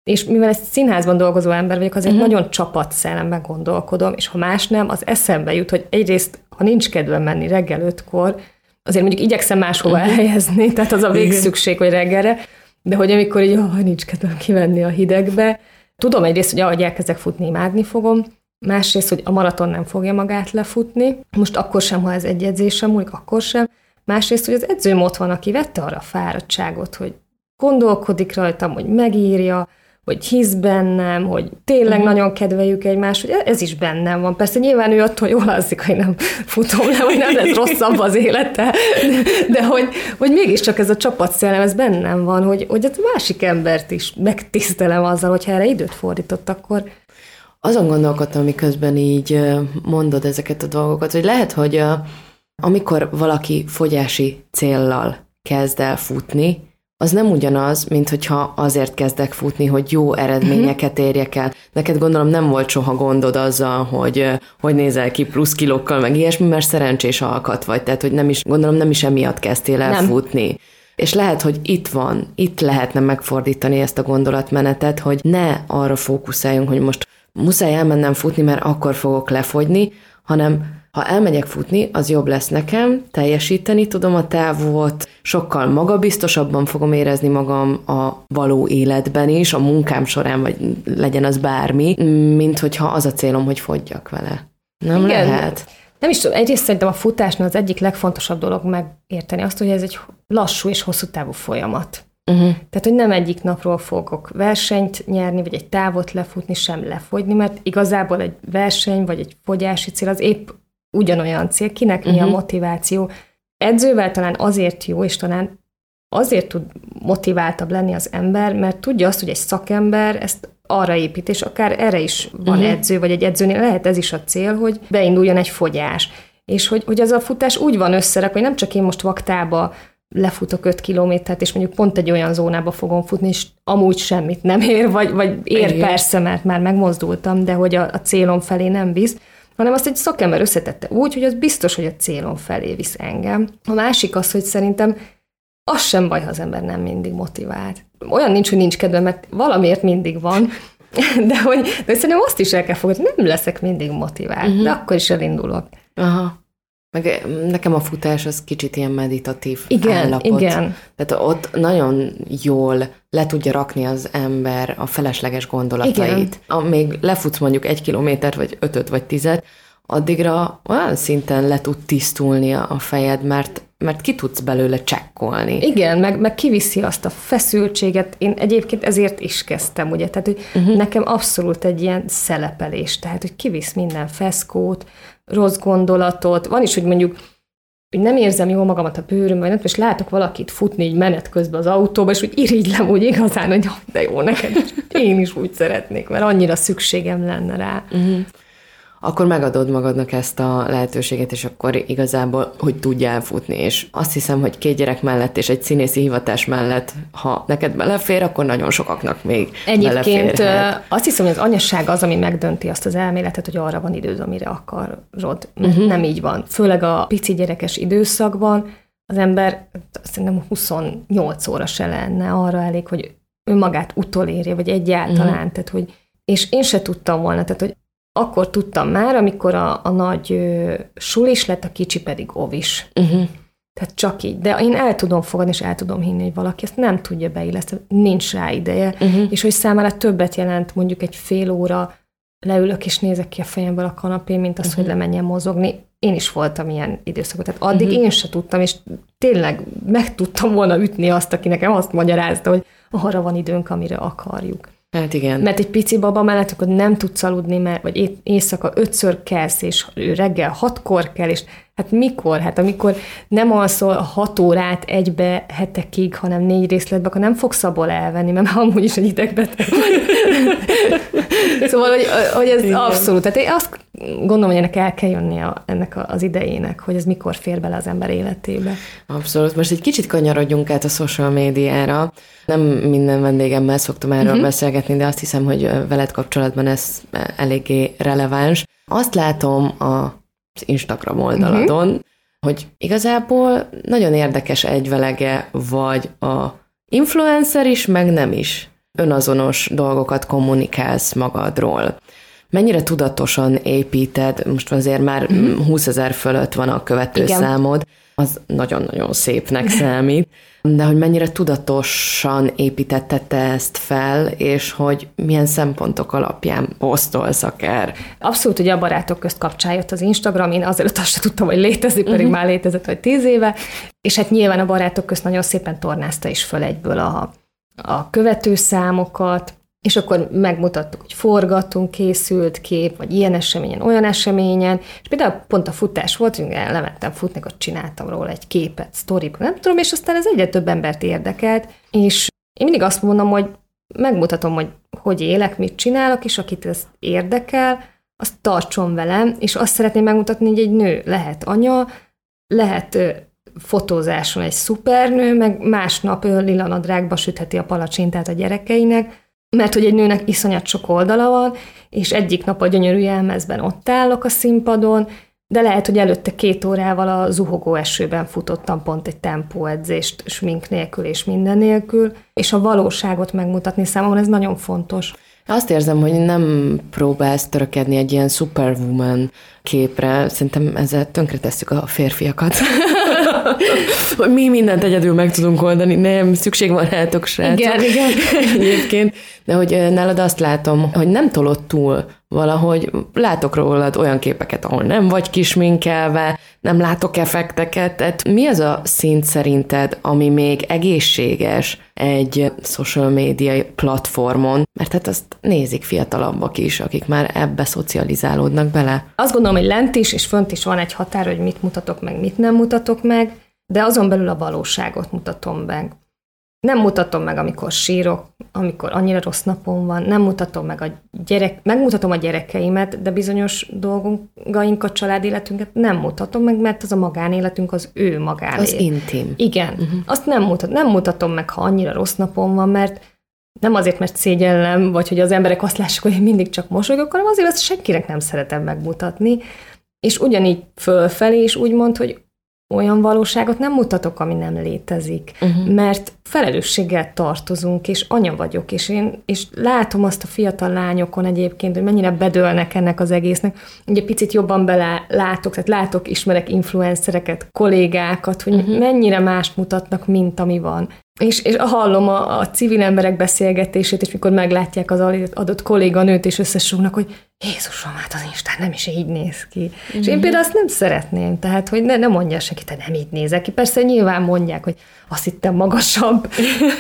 És mivel egy színházban dolgozó ember vagyok, azért uh-huh. nagyon csapatszellemben gondolkodom, és ha más nem, az eszembe jut, hogy egyrészt, ha nincs kedvem menni reggel ötkor, azért mondjuk igyekszem máshova uh-huh. elhelyezni, tehát az a végszükség, hogy reggelre, de hogy amikor így, oh, nincs kedvem kivenni a hidegbe, tudom egyrészt, hogy ahogy elkezdek futni, imádni fogom, másrészt, hogy a maraton nem fogja magát lefutni, most akkor sem, ha ez egy edzésem múlik, akkor sem, másrészt, hogy az edzőm ott van, aki vette arra a fáradtságot, hogy gondolkodik rajtam, hogy megírja, hogy hisz bennem, hogy tényleg uh-huh. nagyon kedveljük egymást, hogy ez is bennem van. Persze nyilván ő attól jól alszik, hogy nem futom le, hogy nem lesz rosszabb az élete, de, de hogy, hogy mégiscsak ez a csapatszellem, ez bennem van, hogy, hogy a másik embert is megtisztelem azzal, hogyha erre időt fordított, akkor... Azon gondolkodtam, miközben így mondod ezeket a dolgokat, hogy lehet, hogy amikor valaki fogyási céllal kezd el futni, az nem ugyanaz, mint hogyha azért kezdek futni, hogy jó eredményeket érjek el. Neked gondolom nem volt soha gondod azzal, hogy hogy nézel ki plusz kilókkal, meg ilyesmi, mert szerencsés alkat vagy, tehát hogy nem is, gondolom nem is emiatt kezdtél el nem. futni. És lehet, hogy itt van, itt lehetne megfordítani ezt a gondolatmenetet, hogy ne arra fókuszáljunk, hogy most muszáj elmennem futni, mert akkor fogok lefogyni, hanem ha elmegyek futni, az jobb lesz nekem, teljesíteni tudom a távot, sokkal magabiztosabban fogom érezni magam a való életben is, a munkám során, vagy legyen az bármi, mint hogyha az a célom, hogy fogyjak vele. Nem Igen. lehet? Nem is tudom, egyrészt szerintem a futásnál az egyik legfontosabb dolog megérteni azt, hogy ez egy lassú és hosszú távú folyamat. Uh-huh. Tehát, hogy nem egyik napról fogok versenyt nyerni, vagy egy távot lefutni, sem lefogyni, mert igazából egy verseny, vagy egy fogyási cél az épp ugyanolyan cél, kinek uh-huh. mi a motiváció. Edzővel talán azért jó, és talán azért tud motiváltabb lenni az ember, mert tudja azt, hogy egy szakember ezt arra épít, és akár erre is van uh-huh. edző, vagy egy edzőnél lehet ez is a cél, hogy beinduljon egy fogyás. És hogy, hogy az a futás úgy van összerakva, hogy nem csak én most vaktába lefutok öt kilométert, és mondjuk pont egy olyan zónába fogom futni, és amúgy semmit nem ér, vagy, vagy ér Igen. persze, mert már megmozdultam, de hogy a, a célom felé nem visz, hanem azt egy szakember összetette úgy, hogy az biztos, hogy a célom felé visz engem. A másik az, hogy szerintem az sem baj, ha az ember nem mindig motivált. Olyan nincs, hogy nincs kedvem, mert valamiért mindig van, de hogy, de szerintem azt is el kell fogadni, nem leszek mindig motivált, uh-huh. de akkor is elindulok. Aha. Meg nekem a futás az kicsit ilyen meditatív igen, állapot. Igen. Tehát ott nagyon jól le tudja rakni az ember a felesleges gondolatait. Amíg lefutsz mondjuk egy kilométert, vagy ötöt, vagy tizet, addigra olyan szinten le tud tisztulni a fejed, mert, mert ki tudsz belőle csekkolni. Igen, meg, meg kiviszi azt a feszültséget. Én egyébként ezért is kezdtem, ugye, tehát hogy uh-huh. nekem abszolút egy ilyen szelepelés, tehát hogy kivisz minden feszkót, rossz gondolatot. Van is, hogy mondjuk hogy nem érzem jól magamat a bőrömben, vagy nem, és látok valakit futni így menet közben az autóba, és úgy irigylem úgy igazán, hogy de jó, neked én is úgy szeretnék, mert annyira szükségem lenne rá. Uh-huh. Akkor megadod magadnak ezt a lehetőséget, és akkor igazából, hogy tudjál futni, és azt hiszem, hogy két gyerek mellett és egy színészi hivatás mellett, ha neked belefér, akkor nagyon sokaknak még Egyébként beleférhet. Azt hiszem, hogy az anyaság az, ami megdönti azt az elméletet, hogy arra van időd, amire akarod. Uh-huh. Nem így van. Főleg a pici gyerekes időszakban az ember szerintem huszonnyolc óra se lenne arra elég, hogy önmagát utolérje, vagy egyáltalán. Uh-huh. Tehát, hogy, és én se tudtam volna, tehát, hogy akkor tudtam már, amikor a, a nagy ö, sulis lett, a kicsi pedig ovis. Uh-huh. Tehát csak így. De én el tudom fogadni, és el tudom hinni, hogy valaki ezt nem tudja beilleszteni, nincs rá ideje, uh-huh. és hogy számára többet jelent mondjuk egy fél óra leülök, és nézek ki a fejemből a kanapén, mint az, uh-huh. hogy lemenjen mozogni. Én is voltam ilyen időszakot. Tehát addig uh-huh. én se tudtam, és tényleg meg tudtam volna ütni azt, aki nekem azt magyarázta, hogy arra van időnk, amire akarjuk. Hát igen. Mert egy pici baba mellett akkor nem tudsz aludni, mert, vagy éjszaka ötször kelsz, és ő reggel hatkor kell, és hát mikor? Hát amikor nem alszol hat órát egybe hetekig, hanem négy részletbe, akkor nem fogsz abból elvenni, mert amúgy is egy idegbeteg vagy. Szóval, hogy, hogy ez igen. abszolút. Tehát én azt gondolom, hogy ennek el kell jönnie a, ennek az idejének, hogy ez mikor fér bele az ember életébe. Abszolút. Most egy kicsit kanyarodjunk át a social médiára. Nem minden vendégemmel szoktam erről uh-huh. beszélgetni, de azt hiszem, hogy veled kapcsolatban ez eléggé releváns. Azt látom az Instagram oldaladon, uh-huh. hogy igazából nagyon érdekes egyvelege vagy a influencer is, meg nem is. önazonos dolgokat kommunikálsz magadról. Mennyire tudatosan építed, most azért már mm. húszezer fölött van a követőszámod, az nagyon-nagyon szépnek számít, de hogy mennyire tudatosan építetted te ezt fel, és hogy milyen szempontok alapján posztolsz akár. Abszolút, ugye a barátok közt kapcsán jött az Instagram, én azelőtt azt sem tudtam, hogy létezik, pedig uh-huh. már létezett, vagy tíz éve, és hát nyilván a barátok közt nagyon szépen tornázta is föl egyből a, a követőszámokat, és akkor megmutattuk, hogy forgatunk, készült kép, vagy ilyen eseményen, olyan eseményen, és például pont a futás volt, hogy lementem futni, akkor csináltam róla egy képet, sztoriban, nem tudom, és aztán ez egyre több embert érdekelt, és én mindig azt mondom, hogy megmutatom, hogy hogy élek, mit csinálok, és akit ez érdekel, azt tartson velem, és azt szeretném megmutatni, hogy egy nő lehet anya, lehet fotózáson egy szupernő, meg másnap lila nadrágba sütheti a palacsintát a gyerekeinek, mert hogy egy nőnek iszonyat sok oldala van, és egyik nap a gyönyörű jelmezben ott állok a színpadon, de lehet, hogy előtte két órával a zuhogó esőben futottam pont egy tempóedzést, smink nélkül és minden nélkül, és a valóságot megmutatni számomra ez nagyon fontos. Azt érzem, hogy nem próbálsz törekedni egy ilyen superwoman képre, szerintem ezzel tönkretesszük a férfiakat. Mi mindent egyedül meg tudunk oldani, nem, szükség van rátok, srácok. Igen, igen. Egyébként, de hogy nálad azt látom, hogy nem tolod túl valahogy, látok rólad olyan képeket, ahol nem vagy kisminkelve, nem látok effekteket, tehát mi az a szint szerinted, ami még egészséges egy social media platformon, mert hát azt nézik fiatalabbak is, akik már ebbe szocializálódnak bele. Azt gondolom, hogy lent is és fönt is van egy határ, hogy mit mutatok meg, mit nem mutatok meg, de azon belül a valóságot mutatom meg. Nem mutatom meg, amikor sírok, amikor annyira rossz napom van, nem mutatom meg a gyerek, megmutatom a gyerekeimet, de bizonyos dolgainkat, családéletünket nem mutatom meg, mert az a magánéletünk az ő magánélet. Az intim. Igen. Uh-huh. Azt nem, mutat, nem mutatom meg, ha annyira rossz napom van, mert nem azért, mert szégyellem, vagy hogy az emberek azt lássák, hogy én mindig csak mosolygok, hanem azért, azt senkinek nem szeretem megmutatni. És ugyanígy fölfelé is úgy mond, hogy olyan valóságot nem mutatok, ami nem létezik, uh-huh. mert felelősséggel tartozunk, és anya vagyok, és én és látom azt a fiatal lányokon egyébként, hogy mennyire bedőlnek ennek az egésznek. Ugye picit jobban belátok, tehát látok, ismerek influencereket, kollégákat, hogy uh-huh. mennyire mást mutatnak, mint ami van. És, és hallom a, a civil emberek beszélgetését, és mikor meglátják az adott kolléganőt, és összesúgnak, hogy Jézusom, hát az Instán nem is így néz ki. Mm-hmm. És én például azt nem szeretném, tehát, hogy ne, ne mondja senki, te nem így nézek ki. Persze nyilván mondják, hogy azt hittem magasabb,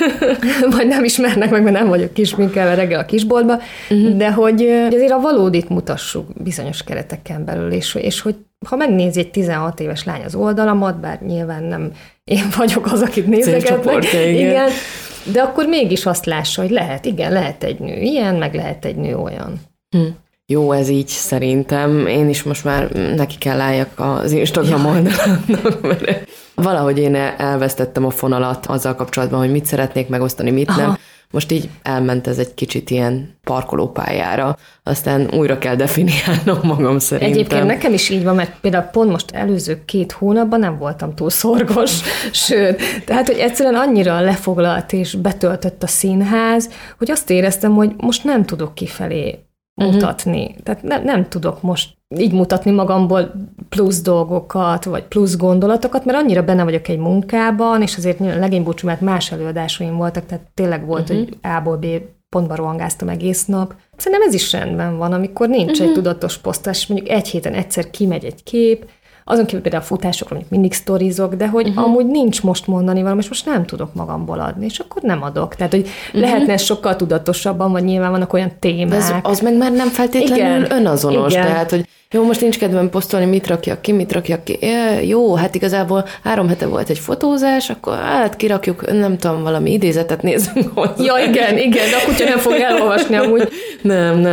vagy nem ismernek meg, mert nem vagyok kisminkelve reggel a kisboltba, mm-hmm. de hogy azért a valódit mutassuk bizonyos kereteken belül, és, és hogy ha megnézi egy tizenhat éves lány az oldalamat, bár nyilván nem én vagyok az, akit nézegetnek, igen. igen, de akkor mégis azt lássa, hogy lehet, igen, lehet egy nő ilyen, meg lehet egy nő olyan. Hm. Jó, ez így szerintem. Én is most már neki kell álljak az Instagram ja. oldalának, mert valahogy én elvesztettem a fonalat azzal kapcsolatban, hogy mit szeretnék megosztani, mit Aha. nem. Most így elment ez egy kicsit ilyen parkolópályára, aztán újra kell definiálnom magam szerintem. Egyébként nekem is így van, mert például pont most előző két hónapban nem voltam túl szorgos, sőt, tehát, hogy egyszerűen annyira lefoglalt és betöltött a színház, hogy azt éreztem, hogy most nem tudok kifelé mutatni. Uh-huh. Tehát ne, nem tudok most így mutatni magamból plusz dolgokat, vagy plusz gondolatokat, mert annyira benne vagyok egy munkában, és azért legény búcsú, mert más előadásaim voltak, tehát tényleg volt, uh-huh. hogy A-ból B pontba rohangáztam egész nap. Szerintem ez is rendben van, amikor nincs uh-huh. egy tudatos posztás, és mondjuk egy héten egyszer kimegy egy kép, azon kívül például a futásokról mondjuk mindig sztorizok, de hogy uh-huh. amúgy nincs most mondani valami, és most nem tudok magamból adni, és akkor nem adok. Tehát, hogy uh-huh. lehetne sokkal tudatosabban, vagy nyilván vannak olyan témák. Az, az meg már nem feltétlenül Igen. önazonos, Igen. tehát, hogy jó, most nincs kedvem posztolni, mit rakjak ki, mit rakjak ki. É, jó, hát igazából három hete volt egy fotózás, akkor hát kirakjuk, nem tudom, valami idézetet nézzünk hozzá. Ja, igen, igen, de a kutya nem fog elolvasni amúgy. Nem, nem.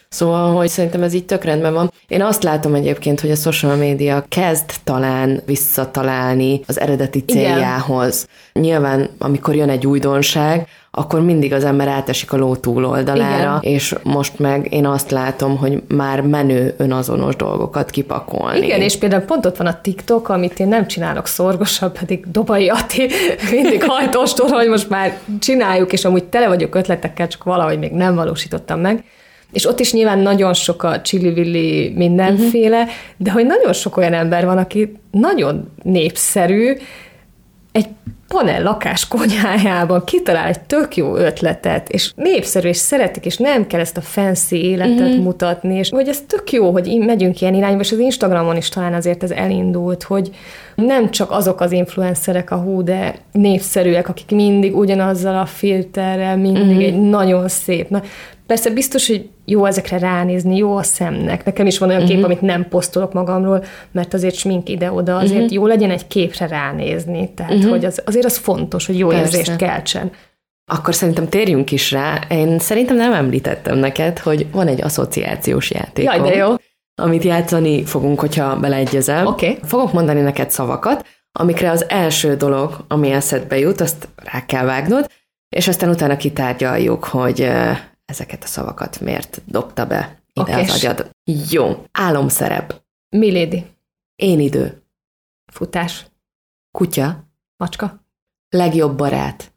Szóval, hogy szerintem ez így tök rendben van. Én azt látom egyébként, hogy a social media kezd talán visszatalálni az eredeti céljához. Igen. Nyilván, amikor jön egy újdonság, akkor mindig az ember átesik a ló túloldalára, igen. És most meg én azt látom, hogy már menő önazonos dolgokat kipakolni. Igen, és például pont ott van a TikTok, amit én nem csinálok szorgosabb, pedig Dobai Ati mindig hajtóstor, hogy most már csináljuk, és amúgy tele vagyok ötletekkel, csak valahogy még nem valósítottam meg. És ott is nyilván nagyon sok a csili-villi mindenféle, uh-huh. de hogy nagyon sok olyan ember van, aki nagyon népszerű, egy panel lakás konyhájában kitalál egy tök jó ötletet, és népszerű, és szeretik, és nem kell ezt a fancy életet uh-huh. mutatni, és hogy ez tök jó, hogy megyünk ilyen irányba, és az Instagramon is talán azért ez elindult, hogy nem csak azok az influencerek a hú, de népszerűek, akik mindig ugyanazzal a filterrel, mindig uh-huh. egy nagyon szép. Na, persze biztos, hogy jó ezekre ránézni, jó a szemnek. Nekem is van olyan uh-huh. kép, amit nem posztolok magamról, mert azért smink ide-oda, azért uh-huh. jó legyen egy képre ránézni. Tehát, uh-huh. hogy az, azért az fontos, hogy jó persze. érzést keltsen. Akkor szerintem térjünk is rá. Én szerintem nem említettem neked, hogy van egy asszociációs játékom. Jaj, de jó. Amit játszani fogunk, hogyha beleegyezel. Okay. Fogok mondani neked szavakat, amikre az első dolog, ami eszedbe jut, azt rá kell vágnod, és aztán utána kitárgyaljuk, hogy ezeket a szavakat miért dobta be ide okay. az agyad. Jó. Álomszerep. Milady. Én idő. Futás. Kutya. Macska. Legjobb barát.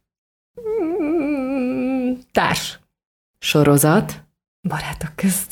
Mm, társ. Sorozat. Barátok közt.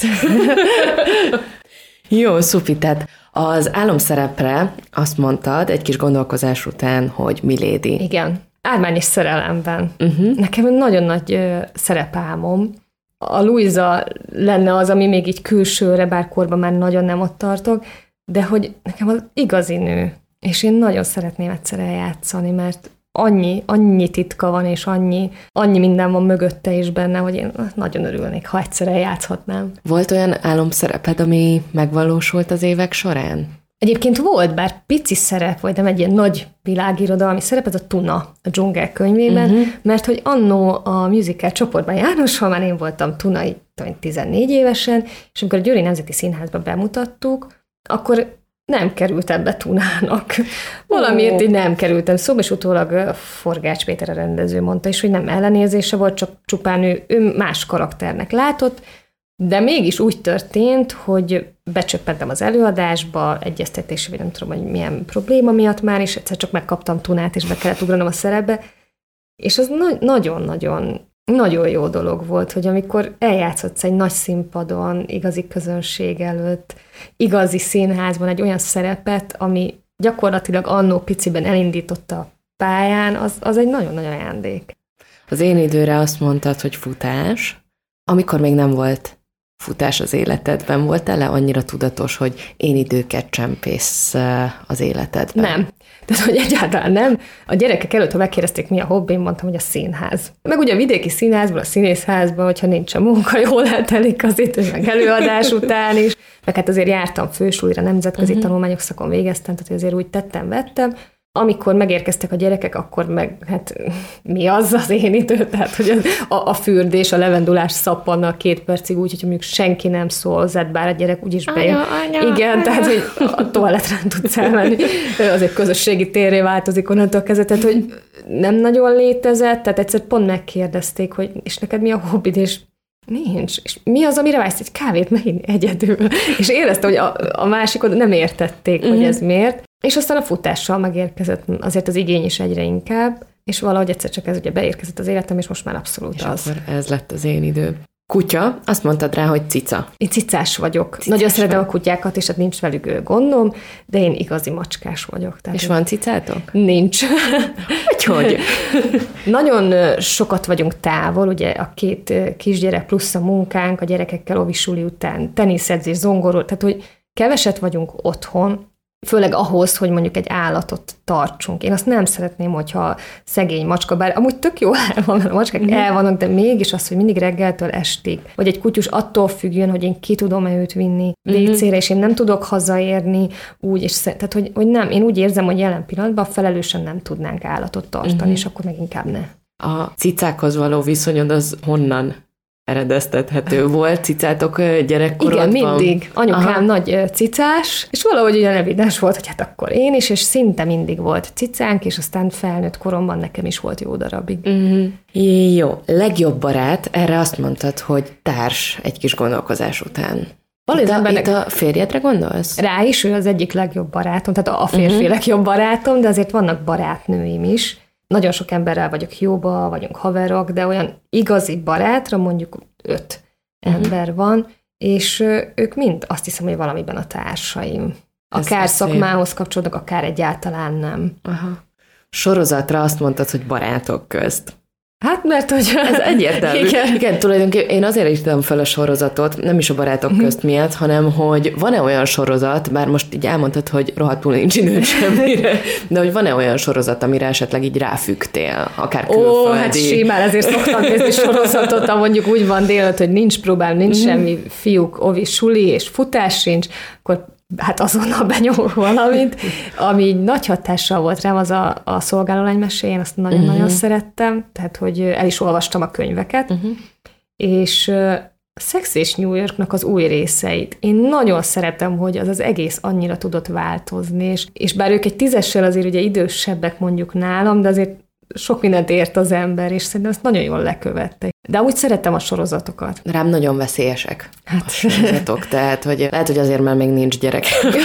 Jó, szupi, tehát az álomszerepre azt mondtad egy kis gondolkozás után, hogy Milady. Igen. Ármány és szerelemben. Uh-huh. Nekem nagyon nagy ö, szerepálmom. A Luisa lenne az, ami még így külsőre, bár korban már nagyon nem ott tartok, de hogy nekem az igazi nő. És én nagyon szeretném egyszer eljátszani, mert annyi, annyi titka van, és annyi, annyi minden van mögötte is benne, hogy én nagyon örülnék, ha egyszer eljátszhatnám. Volt olyan álomszereped, ami megvalósult az évek során? Egyébként volt, bár pici szerep, vagy nem egy ilyen nagy világirodalmi szerep, ez a Tuna a Dzsungel könyvében, uh-huh. mert hogy annó a musical csoportban Jánossal már én voltam Tuna, így tizennégy évesen, és amikor a Győri Nemzeti Színházba bemutattuk, akkor nem kerültem be Tunának. Valamiért oh. így nem kerültem szóba, és utólag Forgács Péter a rendező mondta is, hogy nem ellenérzése volt, csak csupán ő, ő más karakternek látott, de mégis úgy történt, hogy becsöppentem az előadásba, egyeztetésre, vagy nem tudom, hogy milyen probléma miatt már, és egyszer csak megkaptam Tunát, és be kellett ugranom a szerepbe, és az na- nagyon-nagyon nagyon jó dolog volt, hogy amikor eljátszotsz egy nagy színpadon, igazi közönség előtt, igazi színházban egy olyan szerepet, ami gyakorlatilag annó piciben elindította a pályán, az, az egy nagyon nagy ajándék. Az én időre azt mondtad, hogy futás. Amikor még nem volt futás az életedben, voltál-e annyira tudatos, hogy én időket csempész az életedben? Nem. Tehát, hogy egyáltalán nem. A gyerekek előtt, ha megkérdezték, mi a hobbim, mondtam, hogy a színház. Meg ugye a vidéki színházból, a színészházban, hogyha nincs a munka, jól eltelik az itt, meg előadás után is. Meg hát azért jártam fősulira, nemzetközi uh-huh. tanulmányok szakon végeztem, tehát azért úgy tettem, vettem. Amikor megérkeztek a gyerekek, akkor meg, hát mi az az én idő? Tehát, hogy a, a fürdés, a levendulás szappanna két percig úgy, hogyha mondjuk senki nem szól hozzád, bár a gyerek úgyis bejön. Anya, anya, Igen, anya. Tehát, hogy a toaletre nem tudsz elmenni. Azért közösségi térré változik onnantól kezdve, tehát, hogy nem nagyon létezett, tehát egyszer pont megkérdezték, hogy és neked mi a hobbid, és nincs. És mi az, amire vágysz? Egy kávét megint egyedül. És éreztem, hogy a, a másikod nem értették, uh-huh. hogy ez miért. És aztán a futással megérkezett azért az igény is egyre inkább, és valahogy egyszer csak ez ugye beérkezett az életem, és most már abszolút és az. akkor ez lett az én idő. Kutya, azt mondtad rá, hogy cica. Én cicás vagyok. Cicás Nagyon szeretem a kutyákat, és hát nincs velük gondom, de én igazi macskás vagyok. Tehát és van cicátok? Nincs. Hogy hogy? Nagyon sokat vagyunk távol, ugye a két kisgyerek plusz a munkánk, a gyerekekkel ovisuli után teniszedzés, zongorol, tehát hogy keveset vagyunk otthon, főleg ahhoz, hogy mondjuk egy állatot tartsunk. Én azt nem szeretném, hogyha szegény macska, bár amúgy tök jó el van, mert a macskák mm. el vannak, de mégis az, hogy mindig reggeltől estig, vagy egy kutyus attól függjön, hogy én ki tudom-e őt vinni vécére, és én nem tudok hazaérni úgy, és tehát, hogy, hogy nem, én úgy érzem, hogy jelen pillanatban felelősen nem tudnánk állatot tartani, mm. és akkor meg inkább ne. A cicákhoz való viszonyod az honnan eredeztethető. Volt cicátok gyerekkorodban? Igen, mindig. Anyukám Aha. nagy cicás, és valahogy ugyan evidens volt, hogy hát akkor én is, és szinte mindig volt cicánk, és aztán felnőtt koromban nekem is volt jó darabig. Uh-huh. Jó. Legjobb barát, erre azt mondtad, hogy társ egy kis gondolkozás után. Itt a, itt a férjedre gondolsz? Rá is, ő az egyik legjobb barátom, tehát a férfi uh-huh. legjobb barátom, de azért vannak barátnőim is. Nagyon sok emberrel vagyok jóba, vagyunk haverok, de olyan igazi barátra mondjuk öt uh-huh. ember van, és ők mind azt hiszem, hogy valamiben a társaim. Akár Ez szakmához kapcsolódnak, akár egyáltalán nem. Aha. Sorozatra azt mondtad, hogy barátok közt. Hát, mert hogy... Ez egyértelmű. Igen, igen, tulajdonképpen én azért írtam fel a sorozatot, nem is a barátok közt miatt, hanem hogy van-e olyan sorozat, bár most így elmondtad, hogy rohadtul nincs időd semmire, de hogy van-e olyan sorozat, amire esetleg így ráfügtél, akár külföldi. Ó, hát simán, ezért szoktam nézni sorozatot, ha mondjuk úgy van délután, hogy nincs próbám, nincs mm-hmm. semmi, fiúk, ovi, suli és futás sincs, akkor hát azonnal benyomok valamit, ami nagy hatással volt rám, az a, a szolgálolány mesé, én azt nagyon-nagyon uh-huh. szerettem, tehát hogy el is olvastam a könyveket, uh-huh. és a Sex és New Yorknak az új részeit. Én nagyon szeretem, hogy az az egész annyira tudott változni, és, és bár ők egy tízessel azért ugye idősebbek mondjuk nálam, de azért sok mindent ért az ember, és szerintem ezt nagyon jól lekövettek. De úgy szerettem a sorozatokat. Rám nagyon veszélyesek hát. a sorozatok, tehát hogy lehet, hogy azért már még nincs gyerek.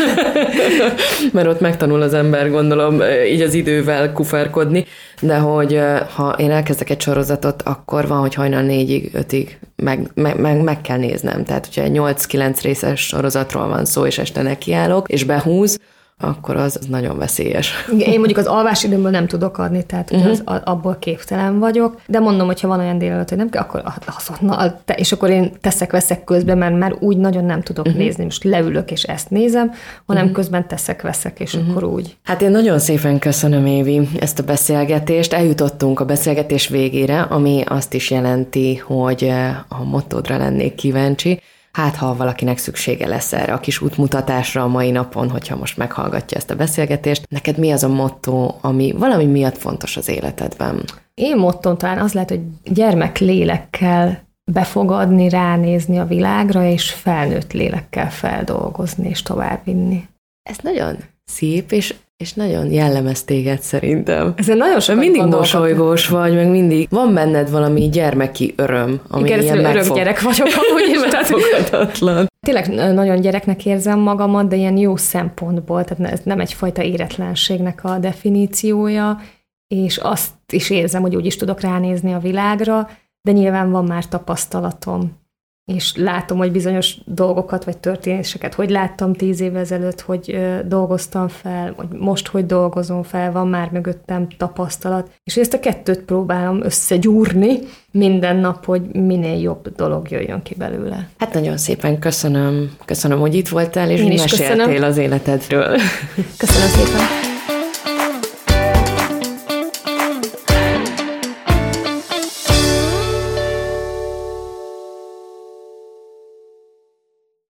Mert ott megtanul az ember, gondolom, így az idővel kufárkodni, de hogy ha én elkezdek egy sorozatot, akkor van, hogy hajnal négyig, ötig meg, meg, meg, meg kell néznem. Tehát, hogyha egy nyolc-kilenc részes sorozatról van szó, és este nekiállok, és behúz, akkor az, az nagyon veszélyes. Én mondjuk az alvásidőmből nem tudok adni, tehát uh-huh. az, abból képtelen vagyok, de mondom, hogyha van olyan délelőtt, hogy nem kell, akkor azonnal, és akkor én teszek-veszek közben, mert már úgy nagyon nem tudok uh-huh. nézni, most leülök és ezt nézem, hanem uh-huh. közben teszek-veszek, és uh-huh. akkor úgy. Hát én nagyon szépen köszönöm, Évi, ezt a beszélgetést. Eljutottunk a beszélgetés végére, ami azt is jelenti, hogy a mottódra lennék kíváncsi. Hát, ha valakinek szüksége lesz erre a kis útmutatásra a mai napon, hogyha most meghallgatja ezt a beszélgetést, neked mi az a motto, ami valami miatt fontos az életedben? Én mottom talán az lehet, hogy gyermek lélekkel befogadni, ránézni a világra, és felnőtt lélekkel feldolgozni és továbbvinni. Ez nagyon szép, és és nagyon jellemez téged szerintem. Ezen nagyon sokat mindig mosolygós vagy, meg mindig van benned valami gyermeki öröm, ami igen, ilyen megfog... örök gyerek vagyok amúgy is. Megfoghatatlan. Tényleg nagyon gyereknek érzem magamat, de ilyen jó szempontból, tehát ez nem egyfajta éretlenségnek a definíciója, és azt is érzem, hogy úgy is tudok ránézni a világra, de nyilván van már tapasztalatom. És látom, hogy bizonyos dolgokat, vagy történéseket, hogy láttam tíz évvel ezelőtt, hogy ö, dolgoztam fel, vagy most, hogy dolgozom fel, van már mögöttem tapasztalat, és ezt a kettőt próbálom összegyúrni minden nap, hogy minél jobb dolog jöjjön ki belőle. Hát nagyon szépen köszönöm, köszönöm, hogy itt voltál, és Én meséltél az életedről. Köszönöm szépen.